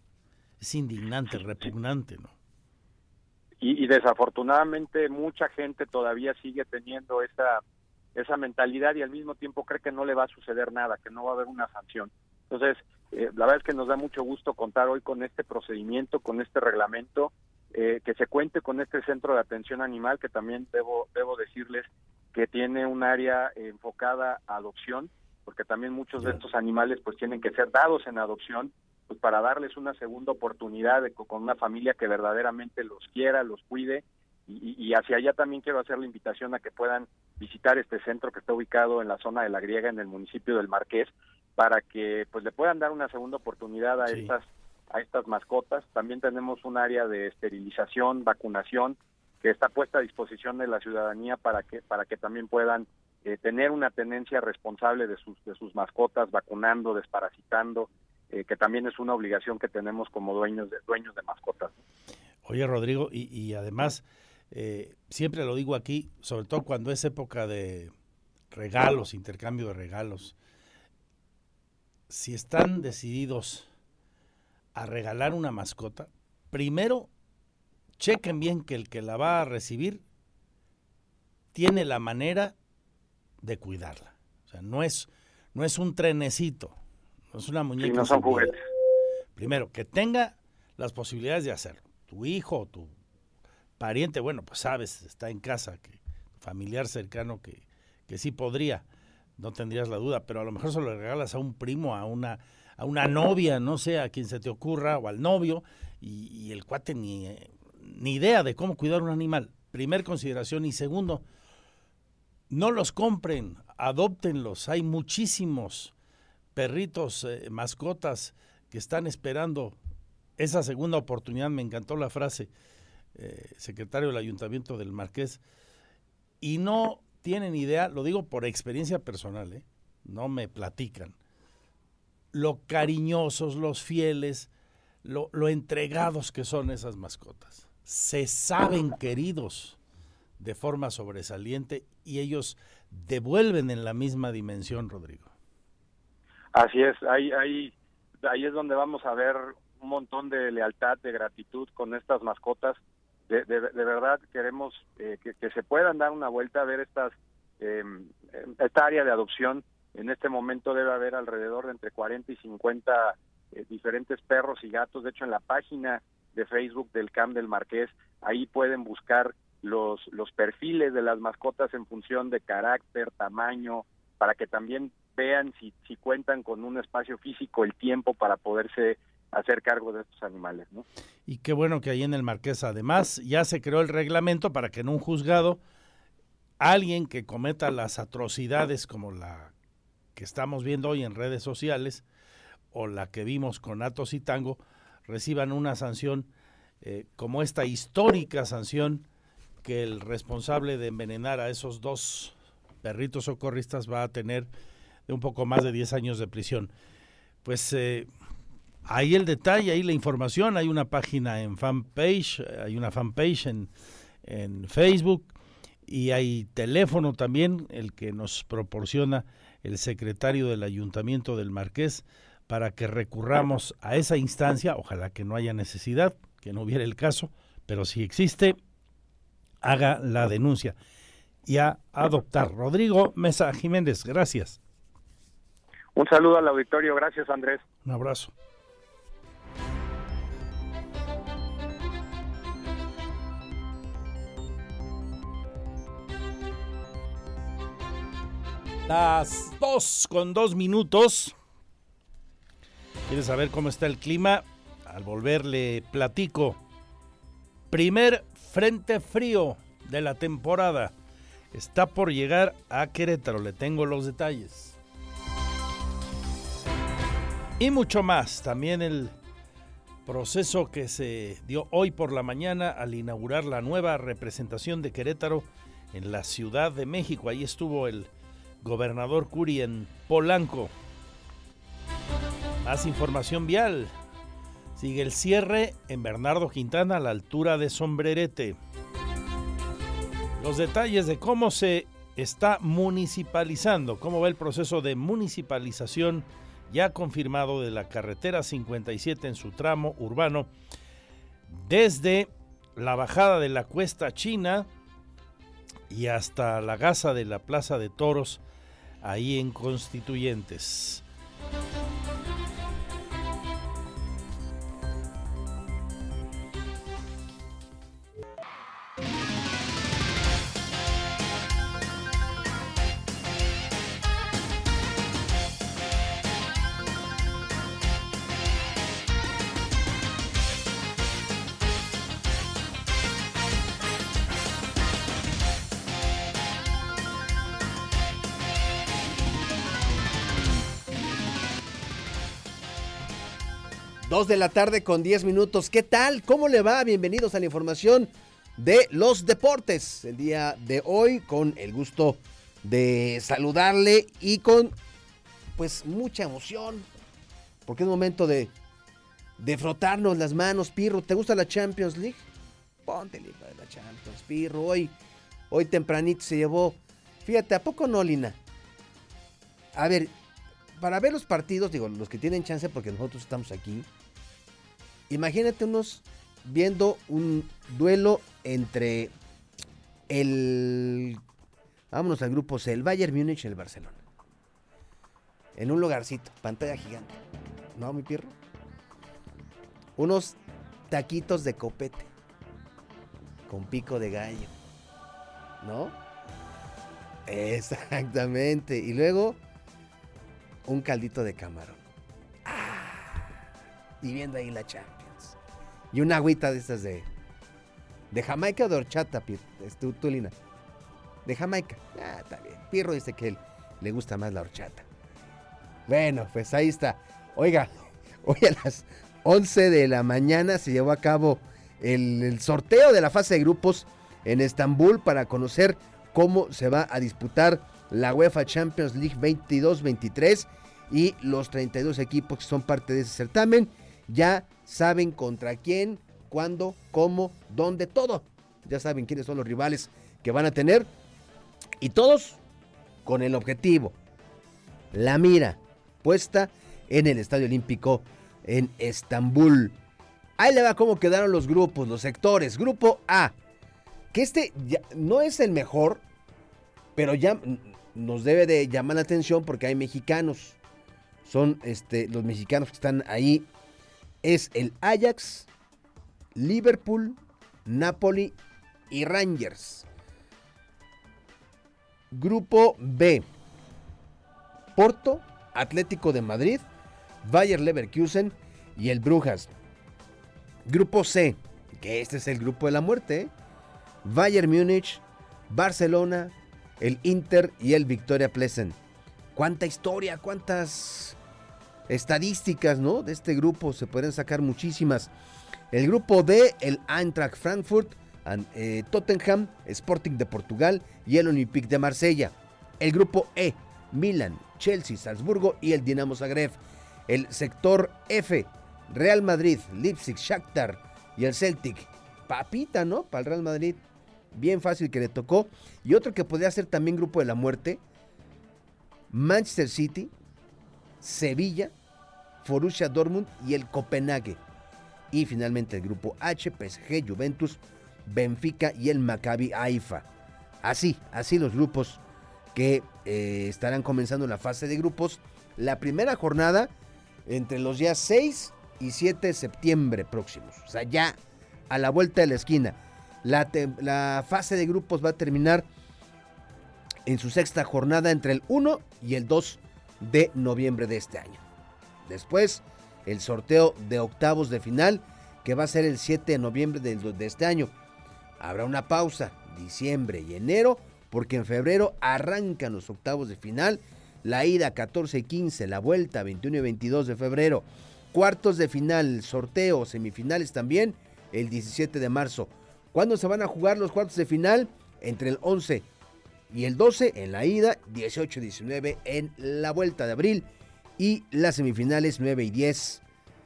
Es indignante, repugnante, ¿no? Y, y desafortunadamente mucha gente todavía sigue teniendo esa esa mentalidad y al mismo tiempo cree que no le va a suceder nada, que no va a haber una sanción. Entonces, eh, la verdad es que nos da mucho gusto contar hoy con este procedimiento, con este reglamento, eh, que se cuente con este centro de atención animal, que también debo debo decirles que tiene un área eh, enfocada a adopción, porque también muchos de estos animales pues tienen que ser dados en adopción, pues para darles una segunda oportunidad de, con una familia que verdaderamente los quiera, los cuide, y, y hacia allá también quiero hacer la invitación a que puedan visitar este centro que está ubicado en la zona de La Griega, en el municipio del Marqués, para que pues le puedan dar una segunda oportunidad a sí. estas a estas mascotas. También tenemos un área de esterilización, vacunación, que está puesta a disposición de la ciudadanía para que para que también puedan eh, tener una tenencia responsable de sus de sus mascotas, vacunando, desparasitando, eh, que también es una obligación que tenemos como dueños de dueños de mascotas. Oye, Rodrigo, y, y además eh, siempre lo digo aquí, sobre todo cuando es época de regalos, intercambio de regalos, si están decididos a regalar una mascota, primero chequen bien que el que la va a recibir tiene la manera de cuidarla. O sea, no es, no es un trenecito, no es una muñeca. Sí, no son juguetes. Primero, que tenga las posibilidades de hacerlo. Tu hijo o tu pariente, bueno, pues sabes, está en casa, que familiar cercano que, que sí podría. no tendrías la duda, pero a lo mejor se lo regalas a un primo, a una, a una novia, no sé, a quien se te ocurra, o al novio, y, y el cuate ni, ni idea de cómo cuidar un animal. Primer consideración. Y segundo, no los compren, adóptenlos. Hay muchísimos perritos, eh, mascotas que están esperando esa segunda oportunidad. Me encantó la frase, eh, secretario del Ayuntamiento del Marqués, y no tienen idea, lo digo por experiencia personal, eh, no me platican, lo cariñosos, los fieles, lo, lo entregados que son esas mascotas. Se saben queridos de forma sobresaliente y ellos devuelven en la misma dimensión, Rodrigo. Así es, ahí, ahí, ahí es donde vamos a ver un montón de lealtad, de gratitud con estas mascotas. De, de, de verdad queremos eh, que, que se puedan dar una vuelta a ver estas eh, esta área de adopción. En este momento debe haber alrededor de entre cuarenta y cincuenta eh, diferentes perros y gatos. De hecho, en la página de Facebook del C A M del Marqués, ahí pueden buscar los los perfiles de las mascotas en función de carácter, tamaño, para que también vean si, si cuentan con un espacio físico, el tiempo para poderse hacer cargo de estos animales, ¿no? Y qué bueno que ahí en el Marqués, además, ya se creó el reglamento para que en un juzgado alguien que cometa las atrocidades como la que estamos viendo hoy en redes sociales o la que vimos con Atos y Tango, reciban una sanción eh, como esta histórica sanción que el responsable de envenenar a esos dos perritos socorristas va a tener de un poco más de diez años de prisión. Pues eh, ahí el detalle, ahí la información, hay una página en fanpage, hay una fanpage en, en Facebook y hay teléfono también, el que nos proporciona el secretario del Ayuntamiento del Marqués, para que recurramos a esa instancia. Ojalá que no haya necesidad, que no hubiera el caso, pero si existe, haga la denuncia y a adoptar. Rodrigo Mesa Jiménez, gracias. Un saludo al auditorio, gracias Andrés. Un abrazo. Las dos con dos minutos. ¿Quieres saber cómo está el clima? Al volver le platico. Primer frente frío de la temporada está por llegar a Querétaro. Le tengo los detalles. Y mucho más. También el proceso que se dio hoy por la mañana al inaugurar la nueva representación de Querétaro en la Ciudad de México. Ahí estuvo el gobernador Curi en Polanco. Más información vial. Sigue el cierre en Bernardo Quintana a la altura de Sombrerete. Los detalles de cómo se está municipalizando, cómo va el proceso de municipalización ya confirmado de la carretera cincuenta y siete en su tramo urbano, desde la bajada de la Cuesta China y hasta la Gaza de la Plaza de Toros, ahí en Constituyentes. Dos de la tarde con diez minutos. ¿Qué tal? ¿Cómo le va? Bienvenidos a la información de los deportes. El día de hoy con el gusto de saludarle y con pues mucha emoción. Porque es momento de, de frotarnos las manos. Pirro, ¿te gusta la Champions League? Ponte libra de la Champions, Pirro. Hoy, hoy tempranito se llevó. Fíjate, ¿a poco no, Lina? A ver, para ver los partidos, digo, los que tienen chance porque nosotros estamos aquí. Imagínate unos viendo un duelo entre el, vámonos al grupo C, el Bayern Múnich y el Barcelona. En un lugarcito, pantalla gigante. ¿No, mi Pirro? Unos taquitos de copete con pico de gallo, ¿no? Exactamente. Y luego, un caldito de camarón. Ah, y viendo ahí la Champions. Y una agüita de estas de... ¿De Jamaica o de horchata, Pir? Tú, tú, Lina. De Jamaica. Ah, está bien. Pirro dice que él le gusta más la horchata. Bueno, pues ahí está. Oiga, hoy a las once de la mañana se llevó a cabo el, el sorteo de la fase de grupos en Estambul para conocer cómo se va a disputar la UEFA Champions League veintidós veintitrés y los treinta y dos equipos que son parte de ese certamen ya saben contra quién, cuándo, cómo, dónde, todo. Ya saben quiénes son los rivales que van a tener y todos con el objetivo, la mira puesta en el Estadio Olímpico en Estambul. Ahí le va cómo quedaron los grupos, los sectores. Grupo A, que este ya no es el mejor, pero ya nos debe de llamar la atención porque hay mexicanos. Son este, los mexicanos que están ahí. Es el Ajax, Liverpool, Napoli y Rangers. Grupo B, Porto, Atlético de Madrid, Bayer Leverkusen y el Brujas. Grupo C, que este es el grupo de la muerte, ¿eh? Bayern Múnich, Barcelona, el Inter y el Victoria Plzen. Cuánta historia, cuántas estadísticas, ¿no? De este grupo se pueden sacar muchísimas. El grupo D, el Eintracht Frankfurt, eh, Tottenham, Sporting de Portugal y el Olympique de Marsella. El grupo E, Milan, Chelsea, Salzburgo y el Dinamo Zagreb. El sector F, Real Madrid, Leipzig, Shakhtar y el Celtic. Papita, ¿no? Para el Real Madrid. Bien fácil que le tocó. Y otro que podría ser también grupo de la muerte, Manchester City, Sevilla, Borussia Dortmund y el Copenhague. Y finalmente el grupo H, P S G, Juventus, Benfica y el Maccabi Haifa. Así, así los grupos que eh, estarán comenzando la fase de grupos. La primera jornada entre los días seis y siete de septiembre próximos. O sea, ya a la vuelta de la esquina. La, te, la fase de grupos va a terminar en su sexta jornada entre el uno y el dos de noviembre de este año. Después, el sorteo de octavos de final, que va a ser el siete de noviembre de, de este año. Habrá una pausa, diciembre y enero, porque en febrero arrancan los octavos de final. La ida catorce y quince, la vuelta veintiuno y veintidós de febrero. Cuartos de final, sorteo, semifinales también, el diecisiete de marzo. ¿Cuándo se van a jugar los cuartos de final? Entre el once y el doce en la ida, dieciocho y diecinueve en la vuelta de abril. Y las semifinales nueve y diez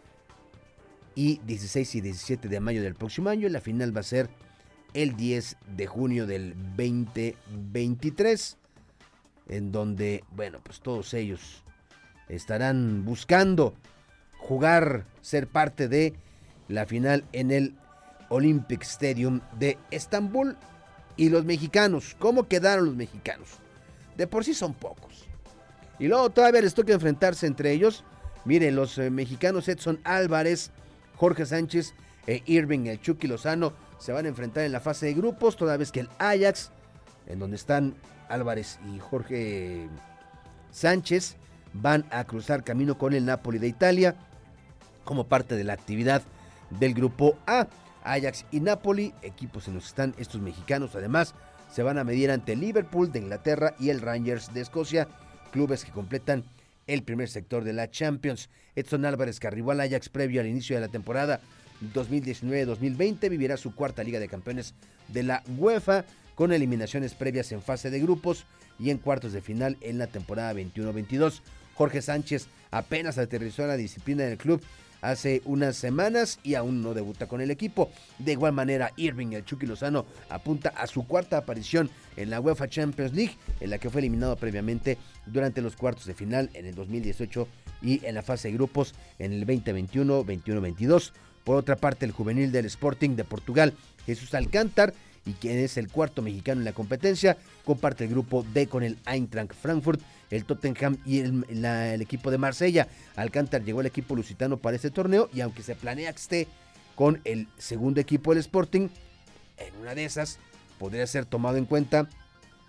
y dieciséis y diecisiete de mayo del próximo año. La final va a ser el diez de junio del veinte veintitrés, en donde, bueno, pues todos ellos estarán buscando jugar, ser parte de la final en el Olympic Stadium de Estambul. Y los mexicanos, ¿cómo quedaron los mexicanos? De por sí son pocos. Y luego todavía les toca enfrentarse entre ellos. Miren, los eh, mexicanos Edson Álvarez, Jorge Sánchez e Irving el Chucky Lozano se van a enfrentar en la fase de grupos, toda vez que el Ajax, en donde están Álvarez y Jorge Sánchez, van a cruzar camino con el Napoli de Italia como parte de la actividad del grupo A. Ajax y Napoli, equipos en los que están estos mexicanos, además se van a medir ante el Liverpool de Inglaterra y el Rangers de Escocia, clubes que completan el primer sector de la Champions. Edson Álvarez, que arribó al Ajax previo al inicio de la temporada dos mil diecinueve dos mil veinte, vivirá su cuarta Liga de Campeones de la UEFA con eliminaciones previas en fase de grupos y en cuartos de final en la temporada veintiuno veintidós. Jorge Sánchez apenas aterrizó en la disciplina del club hace unas semanas y aún no debuta con el equipo. De igual manera, Irving el Chucky Lozano apunta a su cuarta aparición en la UEFA Champions League, en la que fue eliminado previamente durante los cuartos de final en el dos mil dieciocho y en la fase de grupos en el veinte veintiuno veintiuno veintidós. Por otra parte, el juvenil del Sporting de Portugal, Jesús Alcántar, y quien es el cuarto mexicano en la competencia, comparte el grupo D con el Eintracht Frankfurt, el Tottenham y el, la, el equipo de Marsella. Alcántar llegó al equipo lusitano para este torneo y aunque se planea que esté con el segundo equipo del Sporting, en una de esas podría ser tomado en cuenta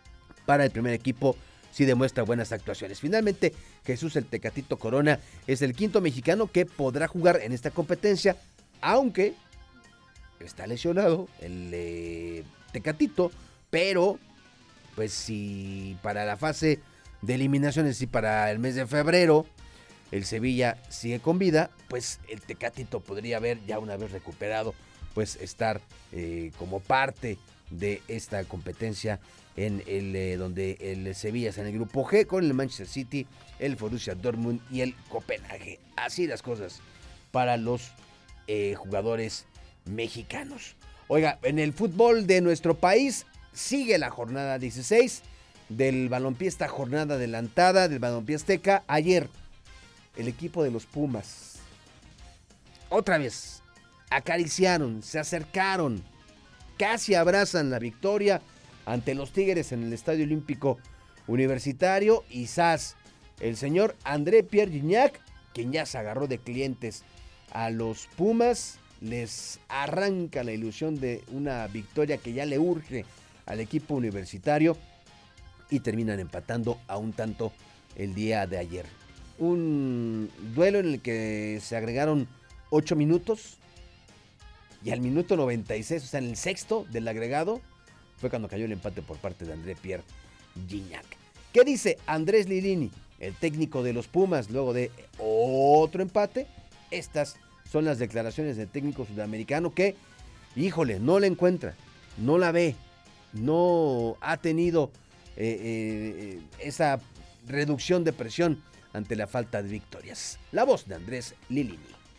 para el primer equipo si demuestra buenas actuaciones. Finalmente, Jesús el Tecatito Corona es el quinto mexicano que podrá jugar en esta competencia, aunque está lesionado el eh, Tecatito, pero pues si para la fase de eliminaciones y para el mes de febrero el Sevilla sigue con vida, pues el Tecatito podría haber, ya una vez recuperado, pues estar eh, como parte de esta competencia en el eh, donde el Sevilla está en el grupo G con el Manchester City, el Borussia Dortmund y el Copenhague. Así las cosas para los eh, jugadores mexicanos. Oiga, en el fútbol de nuestro país sigue la jornada dieciséis del balompié, esta jornada adelantada del balompié azteca. Ayer el equipo de los Pumas otra vez acariciaron, se acercaron, casi abrazan la victoria ante los Tigres en el Estadio Olímpico Universitario. Y zas, el señor André Pierre Gignac, quien ya se agarró de clientes a los Pumas, les arranca la ilusión de una victoria que ya le urge al equipo universitario y terminan empatando a un tanto el día de ayer. Un duelo en el que se agregaron ocho minutos y al minuto noventa y seis, o sea, en el sexto del agregado, fue cuando cayó el empate por parte de André Pierre Gignac. ¿Qué dice Andrés Lilini, el técnico de los Pumas, luego de otro empate? Estas son las declaraciones del técnico sudamericano que, híjole, no la encuentra, no la ve, no ha tenido eh, eh, esa reducción de presión ante la falta de victorias. La voz de Andrés Lilini.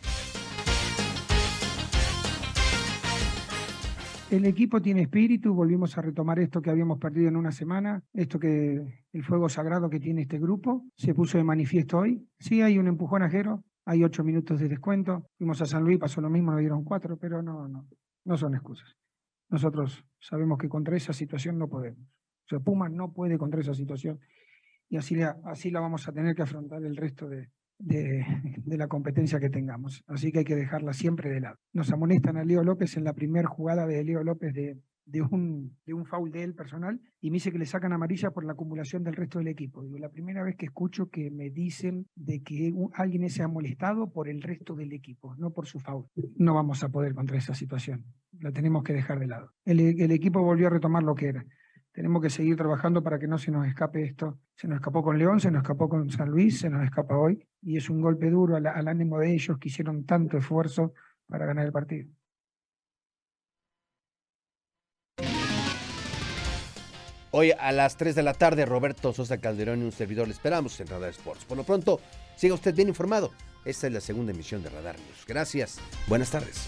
El equipo tiene espíritu, volvimos a retomar esto que habíamos perdido en una semana, esto que el fuego sagrado que tiene este grupo, se puso de manifiesto hoy. Sí hay un empujón ajero, hay ocho minutos de descuento, fuimos a San Luis, pasó lo mismo, nos dieron cuatro, pero no, no, no son excusas. Nosotros sabemos que contra esa situación no podemos. O sea, Pumas no puede contra esa situación y así la, así la vamos a tener que afrontar el resto de, de, de la competencia que tengamos. Así que hay que dejarla siempre de lado. Nos amonestan a Leo López en la primera jugada de Leo López de, de, un, de un foul de él personal y me dice que le sacan amarilla por la acumulación del resto del equipo. Digo, la primera vez que escucho que me dicen de que un, alguien se ha molestado por el resto del equipo, no por su foul. No vamos a poder contra esa situación. La tenemos que dejar de lado. El, el equipo volvió a retomar lo que era. Tenemos que seguir trabajando para que no se nos escape esto. Se nos escapó con León, se nos escapó con San Luis, se nos escapa hoy. Y es un golpe duro al, al ánimo de ellos que hicieron tanto esfuerzo para ganar el partido. Hoy a las tres de la tarde, Roberto Sosa Calderón y un servidor le esperamos en Radar Sports. Por lo pronto, siga usted bien informado. Esta es la segunda emisión de Radar News. Gracias. Buenas tardes.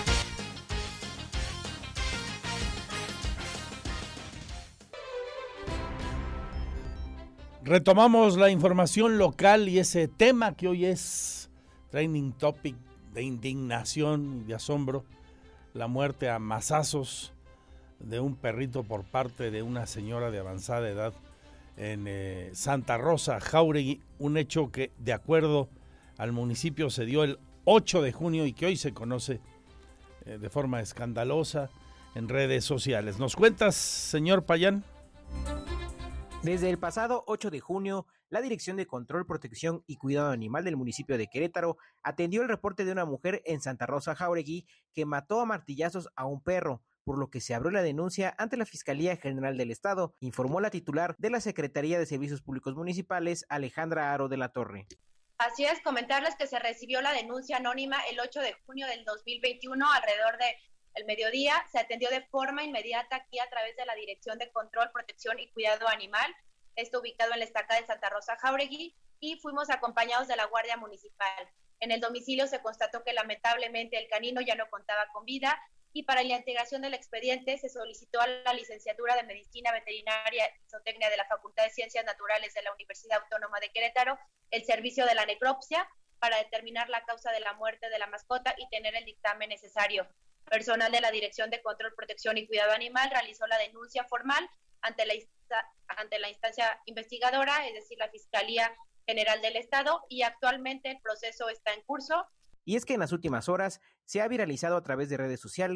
Retomamos la información local y ese tema que hoy es trending topic de indignación y de asombro, la muerte a mazazos de un perrito por parte de una señora de avanzada edad en eh, Santa Rosa, Jáuregui, un hecho que de acuerdo al municipio se dio el ocho de junio y que hoy se conoce eh, de forma escandalosa en redes sociales. ¿Nos cuentas, señor Payán? Desde el pasado ocho de junio, la Dirección de Control, Protección y Cuidado Animal del municipio de Querétaro atendió el reporte de una mujer en Santa Rosa, Jáuregui, que mató a martillazos a un perro, por lo que se abrió la denuncia ante la Fiscalía General del Estado, informó la titular de la Secretaría de Servicios Públicos Municipales, Alejandra Aro de la Torre. Así es, comentarles que se recibió la denuncia anónima el ocho de junio del dos mil veintiuno, alrededor de el mediodía. Se atendió de forma inmediata aquí a través de la Dirección de Control, Protección y Cuidado Animal, esto ubicado en la estaca de Santa Rosa, Jáuregui, y fuimos acompañados de la Guardia Municipal. En el domicilio se constató que lamentablemente el canino ya no contaba con vida, y para la integración del expediente se solicitó a la Licenciatura de Medicina Veterinaria y Zootecnia de la Facultad de Ciencias Naturales de la Universidad Autónoma de Querétaro el servicio de la necropsia para determinar la causa de la muerte de la mascota y tener el dictamen necesario. Personal de la Dirección de Control, Protección y Cuidado Animal realizó la denuncia formal ante la, ante la instancia investigadora, es decir, la Fiscalía General del Estado, y actualmente el proceso está en curso. Y es que en las últimas horas se ha viralizado a través de redes sociales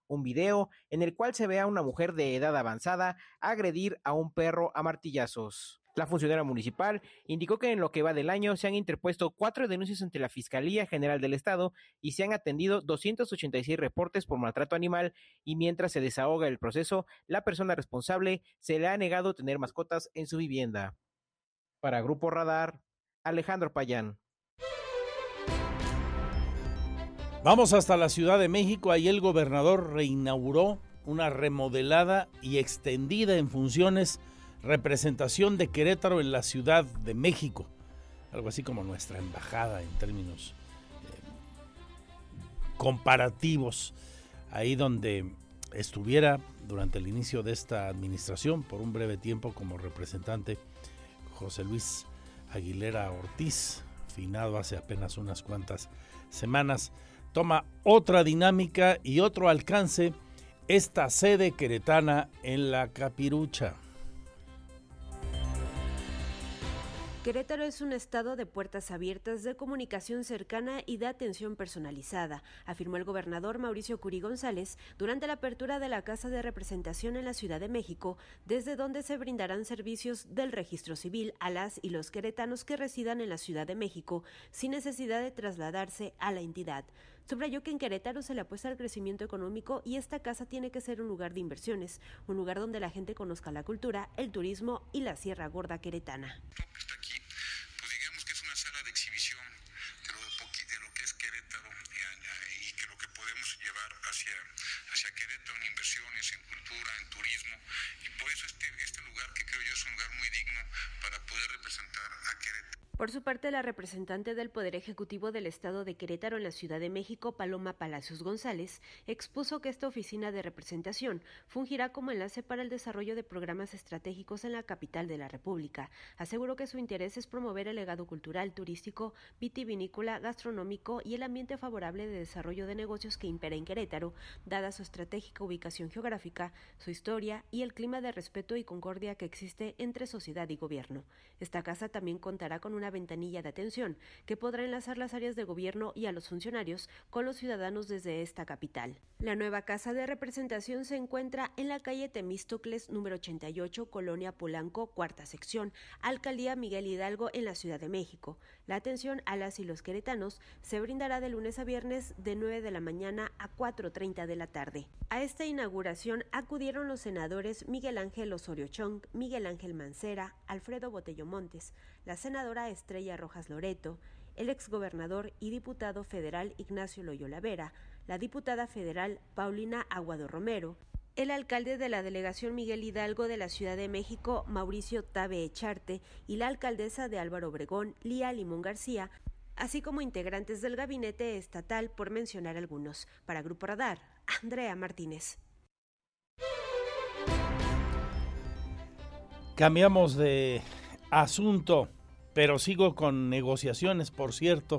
un video en el cual se ve a una mujer de edad avanzada agredir a un perro a martillazos. La funcionaria municipal indicó que en lo que va del año se han interpuesto cuatro denuncias ante la Fiscalía General del Estado y se han atendido doscientos ochenta y seis reportes por maltrato animal, y mientras se desahoga el proceso, la persona responsable se le ha negado tener mascotas en su vivienda. Para Grupo Radar, Alejandro Payán. Vamos hasta la Ciudad de México. Ahí el gobernador reinauguró una remodelada y extendida en funciones representación de Querétaro en la Ciudad de México, algo así como nuestra embajada en términos eh, comparativos, ahí donde estuviera durante el inicio de esta administración por un breve tiempo como representante José Luis Aguilera Ortiz, finado hace apenas unas cuantas semanas. Toma otra dinámica y otro alcance esta sede queretana en la Capirucha. Querétaro es un estado de puertas abiertas, de comunicación cercana y de atención personalizada, afirmó el gobernador Mauricio Curi González durante la apertura de la Casa de Representación en la Ciudad de México, desde donde se brindarán servicios del registro civil a las y los queretanos que residan en la Ciudad de México sin necesidad de trasladarse a la entidad. Subrayó que en Querétaro se le apuesta al crecimiento económico y esta casa tiene que ser un lugar de inversiones, un lugar donde la gente conozca la cultura, el turismo y la Sierra Gorda queretana. Por su parte, la representante del Poder Ejecutivo del Estado de Querétaro en la Ciudad de México, Paloma Palacios González, expuso que esta oficina de representación fungirá como enlace para el desarrollo de programas estratégicos en la capital de la República. Aseguró que su interés es promover el legado cultural, turístico, vitivinícola, gastronómico y el ambiente favorable de desarrollo de negocios que impera en Querétaro, dada su estratégica ubicación geográfica, su historia y el clima de respeto y concordia que existe entre sociedad y gobierno. Esta casa también contará con una ventanilla de atención que podrá enlazar las áreas de gobierno y a los funcionarios con los ciudadanos desde esta capital. La nueva casa de representación se encuentra en la calle Temístocles número ochenta y ocho, Colonia Polanco, cuarta sección, Alcaldía Miguel Hidalgo en la Ciudad de México. La atención a las y los queretanos se brindará de lunes a viernes de nueve de la mañana a cuatro treinta de la tarde. A esta inauguración acudieron los senadores Miguel Ángel Osorio Chong, Miguel Ángel Mancera, Alfredo Botello Montes, la senadora Estrella Rojas Loreto, el exgobernador y diputado federal Ignacio Loyola Vera, la diputada federal Paulina Aguado Romero, el alcalde de la delegación Miguel Hidalgo de la Ciudad de México, Mauricio Tabe Echarte, y la alcaldesa de Álvaro Obregón, Lía Limón García, así como integrantes del gabinete estatal, por mencionar algunos. Para Grupo Radar, Andrea Martínez. Cambiamos de asunto, pero sigo con negociaciones, por cierto,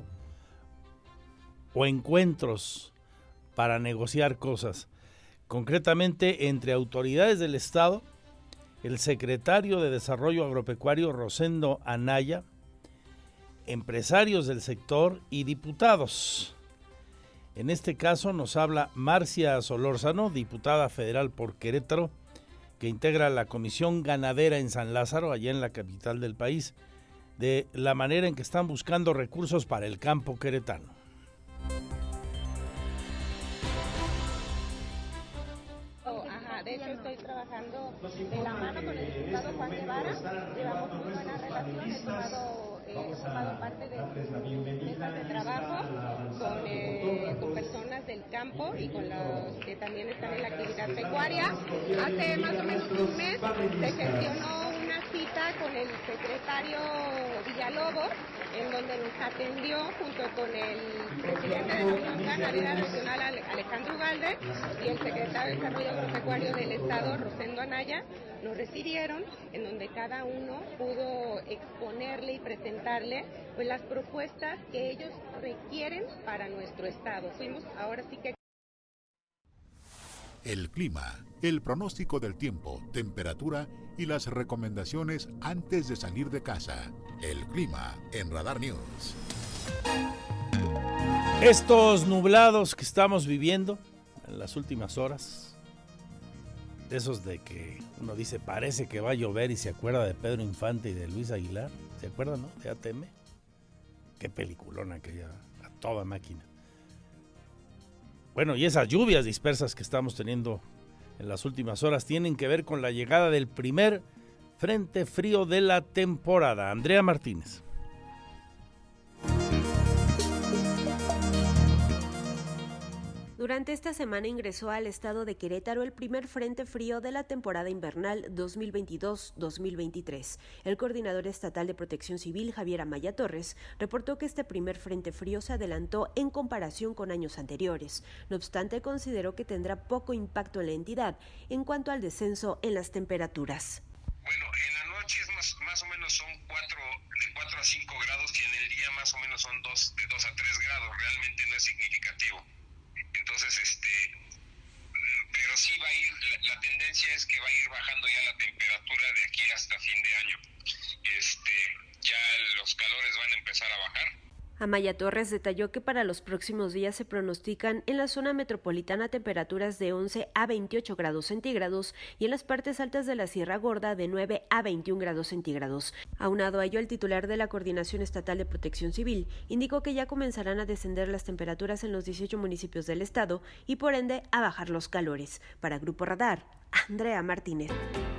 o encuentros para negociar cosas, concretamente entre autoridades del Estado, el secretario de Desarrollo Agropecuario Rosendo Anaya, empresarios del sector y diputados. En este caso nos habla Marcia Solórzano, diputada federal por Querétaro, que integra la Comisión Ganadera en San Lázaro, allá en la capital del país, de la manera en que están buscando recursos para el campo queretano. Ajá, de hecho estoy trabajando de la mano con el diputado Juan Guevara, llevamos muy buena relación, he tomado, eh, he tomado parte de mesas de trabajo con, eh, con personas del campo y con los que también están en la actividad pecuaria. Hace más o menos un mes se gestionó una cita con el secretario Villalobos, en donde nos atendió junto con el presidente de la Unión Ganadera Nacional, Alejandro Ugalde, y el secretario de Desarrollo Agropecuario del Estado, Rosendo Anaya. Nos recibieron, en donde cada uno pudo exponerle y presentarle pues las propuestas que ellos requieren para nuestro estado. Fuimos ahora sí que... El clima, el pronóstico del tiempo, temperatura y las recomendaciones antes de salir de casa. El clima en Radar News. Estos nublados que estamos viviendo, en las últimas horas. De esos de que uno dice, parece que va a llover, y se acuerda de Pedro Infante y de Luis Aguilar. ¿Se acuerdan, no? De A T M. Qué peliculona aquella, a toda máquina. Bueno, y esas lluvias dispersas que estamos teniendo en las últimas horas tienen que ver con la llegada del primer frente frío de la temporada. Andrea Martínez. Durante esta semana ingresó al estado de Querétaro el primer frente frío de la temporada invernal dos mil veintidós dos mil veintitrés. El coordinador estatal de Protección Civil, Javier Amaya Torres, reportó que este primer frente frío se adelantó en comparación con años anteriores. No obstante, consideró que tendrá poco impacto en la entidad en cuanto al descenso en las temperaturas. Bueno, en la noche es más, más o menos son cuatro, de cuatro a cinco grados, y en el día más o menos son dos, de dos a tres grados. Realmente no es significativo. Entonces, este, pero sí va a ir, la, la tendencia es que va a ir bajando ya la temperatura de aquí hasta fin de año. Este, ya los calores van a empezar a bajar. Amaya Torres detalló que para los próximos días se pronostican en la zona metropolitana temperaturas de once a veintiocho grados centígrados y en las partes altas de la Sierra Gorda de nueve a veintiún grados centígrados. Aunado a ello, el titular de la Coordinación Estatal de Protección Civil indicó que ya comenzarán a descender las temperaturas en los dieciocho municipios del estado y por ende a bajar los calores. Para Grupo Radar, Andrea Martínez.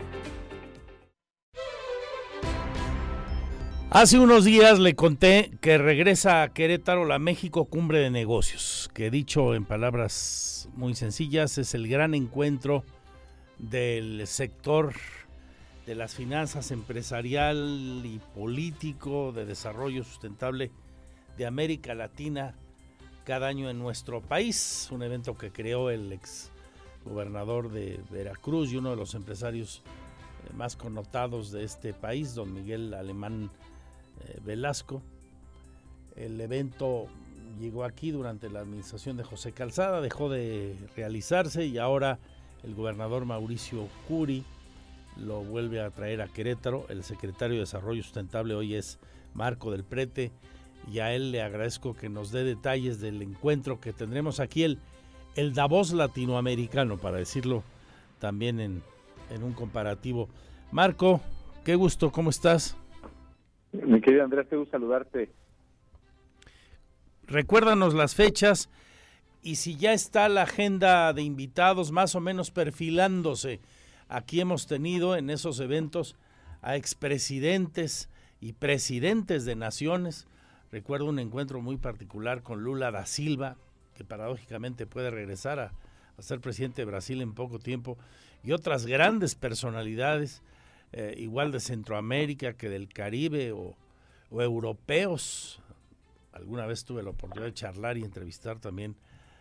Hace unos días le conté que regresa a Querétaro la México Cumbre de Negocios, que dicho en palabras muy sencillas es el gran encuentro del sector de las finanzas empresarial y político de desarrollo sustentable de América Latina cada año en nuestro país, un evento que creó el ex gobernador de Veracruz y uno de los empresarios más connotados de este país, don Miguel Alemán Velasco. El evento llegó aquí durante la administración de José Calzada, dejó de realizarse y ahora el gobernador Mauricio Curi lo vuelve a traer a Querétaro. El secretario de Desarrollo Sustentable hoy es Marco del Prete y a él le agradezco que nos dé detalles del encuentro que tendremos aquí, el, el Davos latinoamericano, para decirlo también en, en un comparativo. Marco, qué gusto, ¿cómo estás? Mi querido Andrés, qué gusto saludarte. Recuérdanos las fechas y si ya está la agenda de invitados más o menos perfilándose. Aquí hemos tenido en esos eventos a expresidentes y presidentes de naciones. Recuerdo un encuentro muy particular con Lula da Silva, que paradójicamente puede regresar a, a ser presidente de Brasil en poco tiempo, y otras grandes personalidades, eh, igual de Centroamérica que del Caribe o, o europeos. Alguna vez tuve la oportunidad de charlar y entrevistar también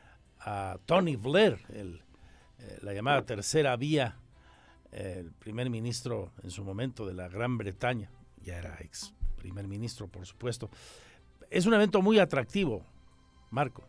a Tony Blair, el, eh, la llamada tercera vía, eh, el primer ministro en su momento de la Gran Bretaña, ya era ex primer ministro, por supuesto. Es un evento muy atractivo, Marco.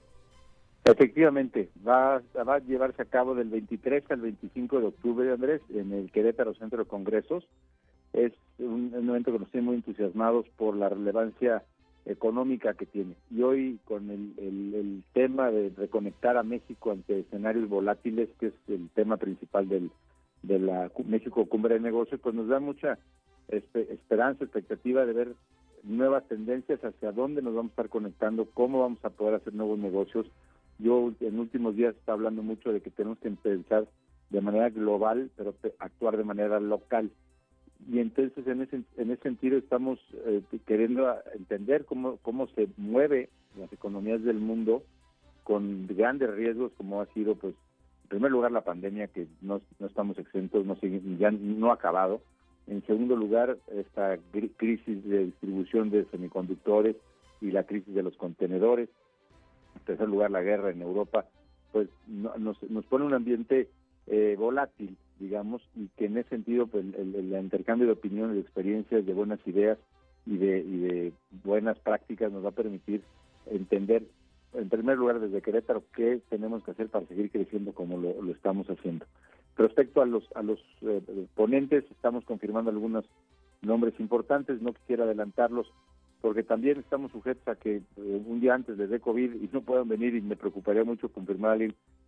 Efectivamente, va, va a llevarse a cabo del veintitrés al veinticinco de octubre, Andrés, en el Querétaro Centro de Congresos. Es un, un evento que nos tiene muy entusiasmados por la relevancia económica que tiene. Y hoy con el, el, el tema de reconectar a México ante escenarios volátiles, que es el tema principal del, de la México Cumbre de Negocios, pues nos da mucha espe- esperanza, expectativa de ver nuevas tendencias, hacia dónde nos vamos a estar conectando, cómo vamos a poder hacer nuevos negocios. Yo en últimos días está hablando mucho de que tenemos que pensar de manera global, pero actuar de manera local. Y entonces en ese en ese sentido estamos eh, queriendo entender cómo cómo se mueve las economías del mundo con grandes riesgos, como ha sido, pues, en primer lugar la pandemia, que no, no estamos exentos, no ya no ha acabado. En segundo lugar, esta crisis de distribución de semiconductores y la crisis de los contenedores. En tercer lugar, la guerra en Europa, pues no, nos, nos pone un ambiente eh, volátil, digamos, y que en ese sentido, pues el, el, el intercambio de opiniones, de experiencias, de buenas ideas y de, y de buenas prácticas nos va a permitir entender, en primer lugar, desde Querétaro, qué tenemos que hacer para seguir creciendo como lo, lo estamos haciendo. Respecto a los a los eh, ponentes, estamos confirmando algunos nombres importantes, no quisiera adelantarlos, porque también estamos sujetos a que eh, un día antes les dé COVID y no puedan venir, y me preocuparía mucho confirmar a alguien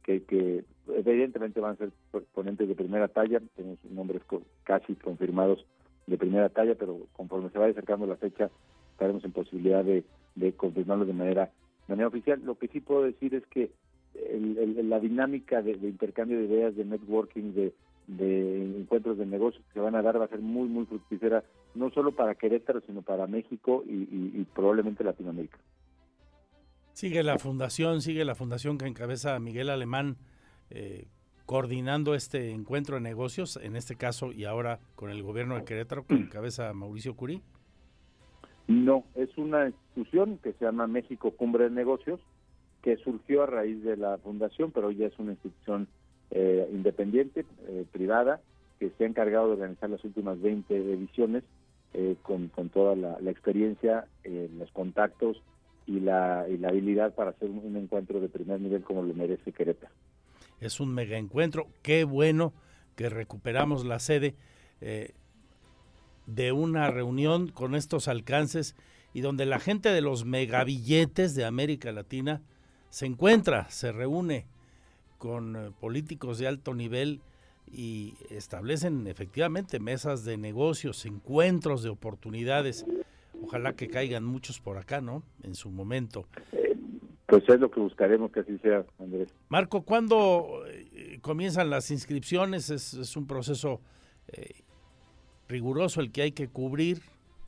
que, que evidentemente van a ser ponentes de primera talla, tenemos nombres co- casi confirmados de primera talla, pero conforme se vaya acercando la fecha estaremos en posibilidad de, de confirmarlo de manera, de manera oficial. Lo que sí puedo decir es que el, el, la dinámica de, de intercambio de ideas, de networking, de, de encuentros de negocios que se van a dar va a ser muy, muy fructífera, no solo para Querétaro, sino para México y, y, y probablemente Latinoamérica. Sigue la fundación, sigue la fundación que encabeza Miguel Alemán, eh, coordinando este encuentro de negocios, en este caso y ahora con el gobierno de Querétaro, que encabeza Mauricio Curi. No, es una institución que se llama México Cumbre de Negocios, que surgió a raíz de la fundación, pero hoy ya es una institución eh, independiente, eh, privada, que se ha encargado de organizar las últimas veinte ediciones eh, con, con toda la, la experiencia, eh, los contactos y la, y la habilidad para hacer un, un encuentro de primer nivel como lo merece Querétaro. Es un mega encuentro, qué bueno que recuperamos la sede eh, de una reunión con estos alcances y donde la gente de los megabilletes de América Latina se encuentra, se reúne con eh, políticos de alto nivel y establecen efectivamente mesas de negocios, encuentros de oportunidades. Ojalá que caigan muchos por acá, ¿no? En su momento. Pues es lo que buscaremos que así sea, Andrés. Marco, ¿cuándo eh, comienzan las inscripciones? Es, es un proceso eh, riguroso el que hay que cubrir.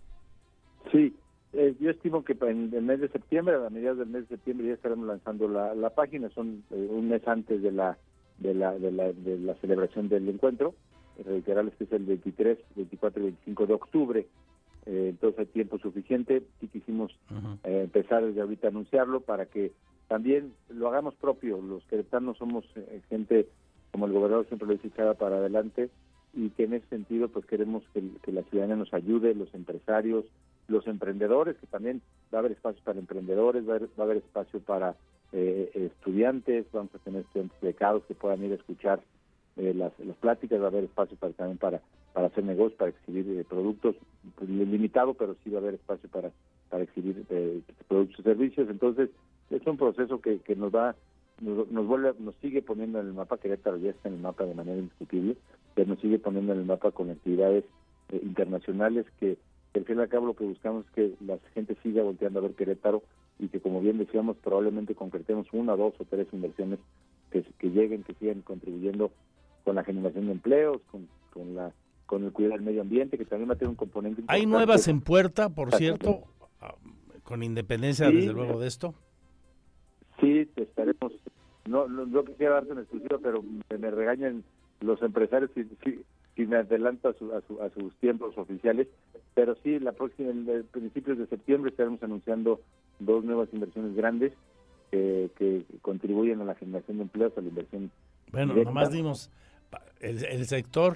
Sí, eh, yo estimo que en el mes de septiembre, a mediados del mes de septiembre ya estaremos lanzando la, la página, son eh, un mes antes de la de la, de la de la celebración del encuentro. Reiterarles que es el veintitrés, veinticuatro y veinticinco de octubre. Eh, entonces hay tiempo suficiente y quisimos uh-huh. eh, empezar desde ahorita a anunciarlo para que también lo hagamos propio. Los queretanos somos eh, gente, como el gobernador siempre lo dice, echada para adelante, y que en ese sentido pues queremos que, que la ciudadanía nos ayude, los empresarios, los emprendedores, que también va a haber espacio para emprendedores, va a haber, va a haber espacio para eh, estudiantes, vamos a tener estudiantes becados que puedan ir a escuchar eh, las, las pláticas, va a haber espacio para también para para hacer negocios, para exhibir eh, productos, pues, limitado, pero sí va a haber espacio para para exhibir eh, productos y servicios. Entonces, es un proceso que, que nos va, nos, nos vuelve, nos sigue poniendo en el mapa. Querétaro ya está en el mapa de manera indiscutible, pero nos sigue poniendo en el mapa con actividades eh, internacionales que, que al fin y al cabo lo que buscamos es que la gente siga volteando a ver Querétaro y que, como bien decíamos, probablemente concretemos una, dos o tres inversiones que, que lleguen, que sigan contribuyendo con la generación de empleos, con, con la con el cuidado del medio ambiente, que también va a tener un componente importante. Hay nuevas en puerta, por cierto, con independencia sí, desde luego de esto. Sí, estaremos, no, no, no quisiera darte una exclusiva, pero me, me regañan los empresarios si, si, si me adelanto a, su, a, su, a sus tiempos oficiales, pero sí, la próxima, en principios de septiembre estaremos anunciando dos nuevas inversiones grandes eh, que contribuyen a la generación de empleos, a la inversión. Bueno, directa. Nomás dimos el, el sector.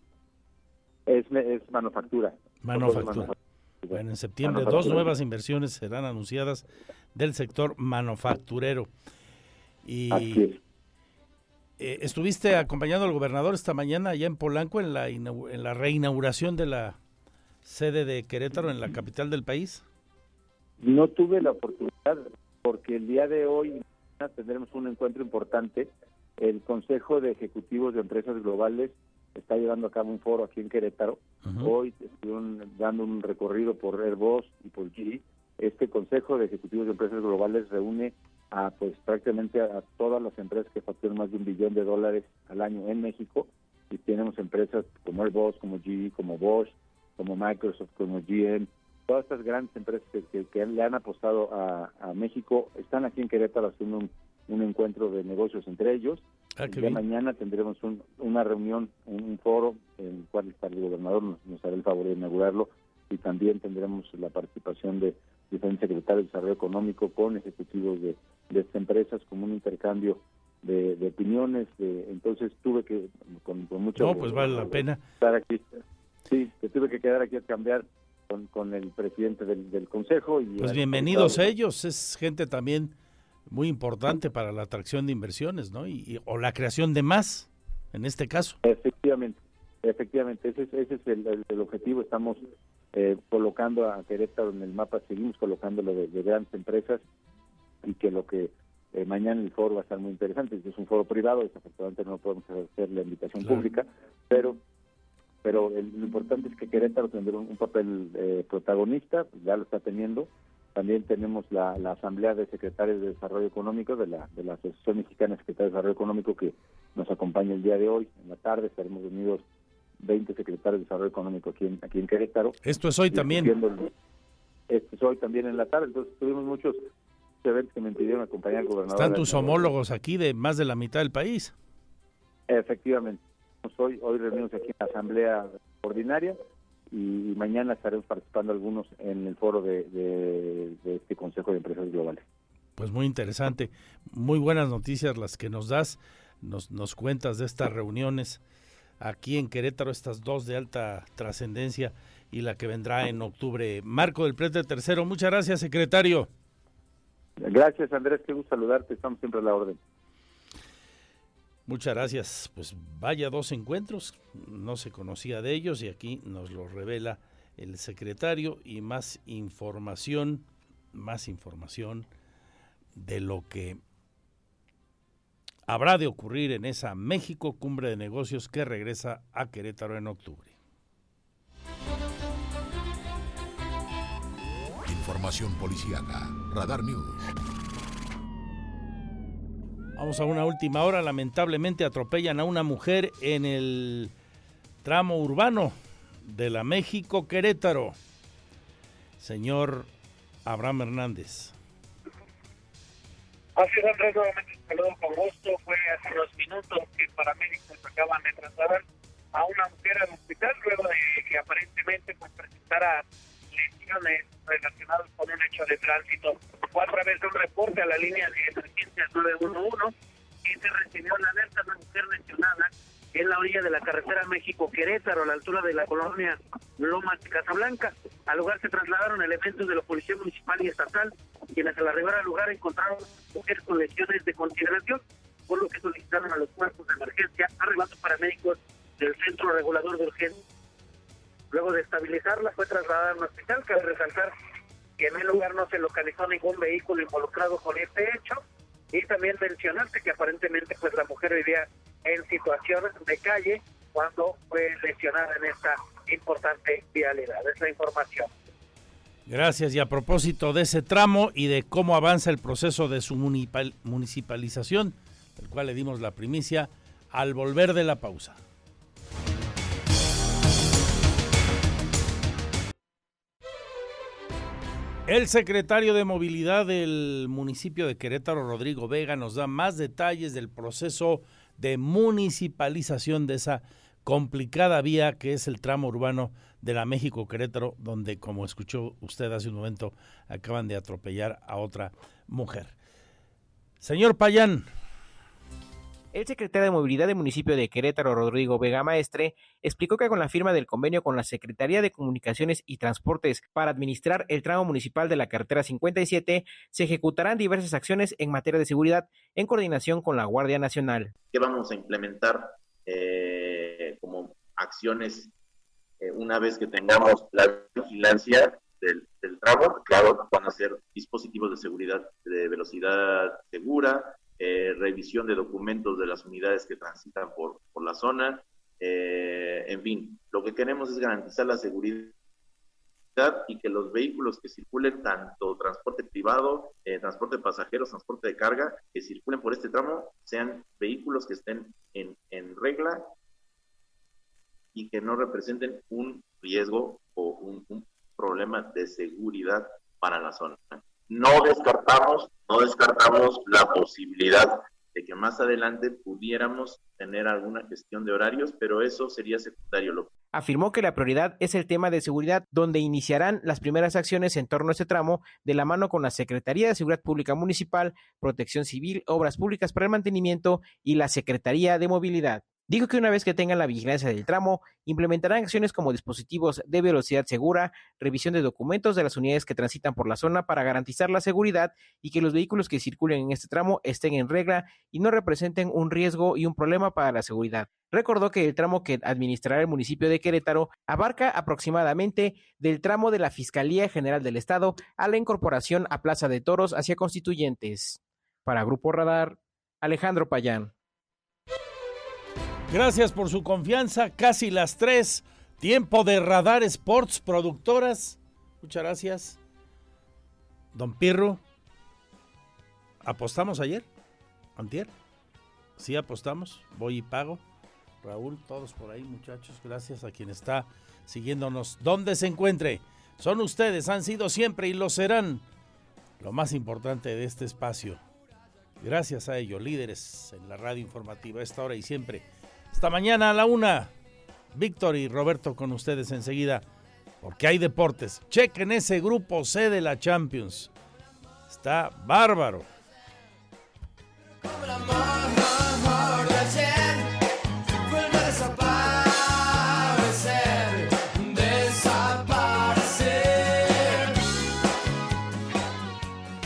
Es, es manufactura. Manufactura. manufactura. Bueno, en septiembre dos nuevas inversiones serán anunciadas del sector manufacturero. Y eh, estuviste acompañando al gobernador esta mañana allá en Polanco en la, en la reinauguración de la sede de Querétaro en la capital del país. No tuve la oportunidad porque el día de hoy tendremos un encuentro importante. El Consejo de Ejecutivos de Empresas Globales está llevando a cabo un foro aquí en Querétaro. Uh-huh. Hoy estuvieron dando un recorrido por Airbus y por G E. Este Consejo de Ejecutivos de Empresas Globales reúne a pues prácticamente a todas las empresas que facturan más de un billón de dólares al año en México, y tenemos empresas como Airbus, como G E, como Bosch, como Microsoft, como G M. Todas estas grandes empresas que, que, que le han apostado a, a México están aquí en Querétaro haciendo un, un encuentro de negocios entre ellos. Ah, el día de mañana tendremos un, una reunión, un, un foro en el cual el gobernador nos, nos hará el favor de inaugurarlo, y también tendremos la participación de diferentes secretarios de Desarrollo Económico con ejecutivos de, de estas empresas, como un intercambio de, de opiniones. De, entonces tuve que, con, con mucho... No, pues vale la pena. Estar aquí. Sí, que tuve que quedar aquí a cambiar con, con el presidente del, del Consejo. Y pues bienvenidos a ellos, es gente también muy importante para la atracción de inversiones, ¿no? Y, y o la creación de más, en este caso. Efectivamente, efectivamente, ese, ese es el, el, el objetivo. Estamos eh, colocando a Querétaro en el mapa, seguimos colocándolo de, de grandes empresas, y que lo que Eh, mañana el foro va a estar muy interesante, es un foro privado, desafortunadamente no podemos hacer la invitación claro. pública, pero pero el, lo importante es que Querétaro tendrá un, un papel eh, protagonista, ya lo está teniendo. También tenemos la, la Asamblea de Secretarios de Desarrollo Económico de la, de la Asociación Mexicana de Secretarios de Desarrollo Económico, que nos acompaña el día de hoy. En la tarde estaremos reunidos veinte secretarios de Desarrollo Económico aquí en, aquí en Querétaro. Esto es hoy también. El, esto es hoy también en la tarde, entonces tuvimos muchos eventos que me impidieron acompañar al gobernador. Están tus homólogos aquí de más de la mitad del país. Efectivamente. Hoy, hoy reunimos aquí en la Asamblea Ordinaria y mañana estaremos participando algunos en el foro de, de, de este Consejo de Empresas Globales. Pues muy interesante, muy buenas noticias las que nos das, nos, nos cuentas de estas reuniones aquí en Querétaro, estas dos de alta trascendencia y la que vendrá en octubre. Marco del Prete Tercero, muchas gracias, secretario. Gracias, Andrés, qué gusto saludarte, estamos siempre a la orden. Muchas gracias. Pues vaya dos encuentros, no se conocía de ellos y aquí nos lo revela el secretario y más información, más información de lo que habrá de ocurrir en esa México Cumbre de Negocios que regresa a Querétaro en octubre. Información policíaca, Radar News. Vamos a una última hora. Lamentablemente atropellan a una mujer en el tramo urbano de la México Querétaro. Señor Abraham Hernández. Así es, Andrés, nuevamente un saludo con gusto. Fue hace unos minutos que paramédicos acaban de trasladar a una mujer al hospital luego de que aparentemente pues, presentara lesiones relacionadas con un hecho de tránsito. Fue a través de un reporte a la línea de emergencias nueve uno uno y se recibió la alerta de una mujer lesionada en la orilla de la carretera México-Querétaro, a la altura de la colonia Lomas de Casablanca. Al lugar se trasladaron elementos de la Policía Municipal y Estatal, quienes al arribar al lugar encontraron mujeres con lesiones de consideración, por lo que solicitaron a los cuerpos de emergencia, arribando paramédicos del Centro Regulador de Urgencias. Luego de estabilizarla, fue trasladada a un hospital. Cabe resaltar que en el lugar no se localizó ningún vehículo involucrado con este hecho, y también mencionaste que aparentemente pues la mujer vivía en situación de calle cuando fue lesionada en esta importante vialidad. Es la información. Gracias. Y a propósito de ese tramo y de cómo avanza el proceso de su municipalización, del cual le dimos la primicia, al volver de la pausa. El secretario de Movilidad del municipio de Querétaro, Rodrigo Vega, nos da más detalles del proceso de municipalización de esa complicada vía que es el tramo urbano de la México Querétaro, donde, como escuchó usted hace un momento, acaban de atropellar a otra mujer. Señor Payán. El secretario de Movilidad del municipio de Querétaro, Rodrigo Vega Maestre, explicó que con la firma del convenio con la Secretaría de Comunicaciones y Transportes para administrar el tramo municipal de la carretera cincuenta y siete, se ejecutarán diversas acciones en materia de seguridad en coordinación con la Guardia Nacional. ¿Qué vamos a implementar eh, como acciones eh, una vez que tengamos la vigilancia del, del tramo? Claro, van a ser dispositivos de seguridad de velocidad segura, Eh, revisión de documentos de las unidades que transitan por, por la zona, eh, en fin, lo que queremos es garantizar la seguridad y que los vehículos que circulen, tanto transporte privado, eh, transporte de pasajeros, transporte de carga, que circulen por este tramo, sean vehículos que estén en, en regla y que no representen un riesgo o un, un problema de seguridad para la zona. No descartamos, no descartamos la posibilidad de que más adelante pudiéramos tener alguna gestión de horarios, pero eso sería secundario. Afirmó que la prioridad es el tema de seguridad, donde iniciarán las primeras acciones en torno a este tramo de la mano con la Secretaría de Seguridad Pública Municipal, Protección Civil, Obras Públicas para el Mantenimiento y la Secretaría de Movilidad. Dijo que una vez que tengan la vigilancia del tramo, implementarán acciones como dispositivos de velocidad segura, revisión de documentos de las unidades que transitan por la zona para garantizar la seguridad y que los vehículos que circulen en este tramo estén en regla y no representen un riesgo y un problema para la seguridad. Recordó que el tramo que administrará el municipio de Querétaro abarca aproximadamente del tramo de la Fiscalía General del Estado a la incorporación a Plaza de Toros hacia Constituyentes. Para Grupo Radar, Alejandro Payán. Gracias por su confianza. Casi las tres. Tiempo de Radar Sports Productoras. Muchas gracias. Don Pirro. ¿Apostamos ayer? ¿Antier? Sí, apostamos. Voy y pago. Raúl, todos por ahí, muchachos. Gracias a quien está siguiéndonos donde se encuentre. Son ustedes, han sido siempre y lo serán lo más importante de este espacio. Gracias a ellos, líderes en la radio informativa a esta hora y siempre. Hasta mañana a la una. Víctor y Roberto con ustedes enseguida, porque hay deportes. Chequen ese grupo C de la Champions. Está bárbaro.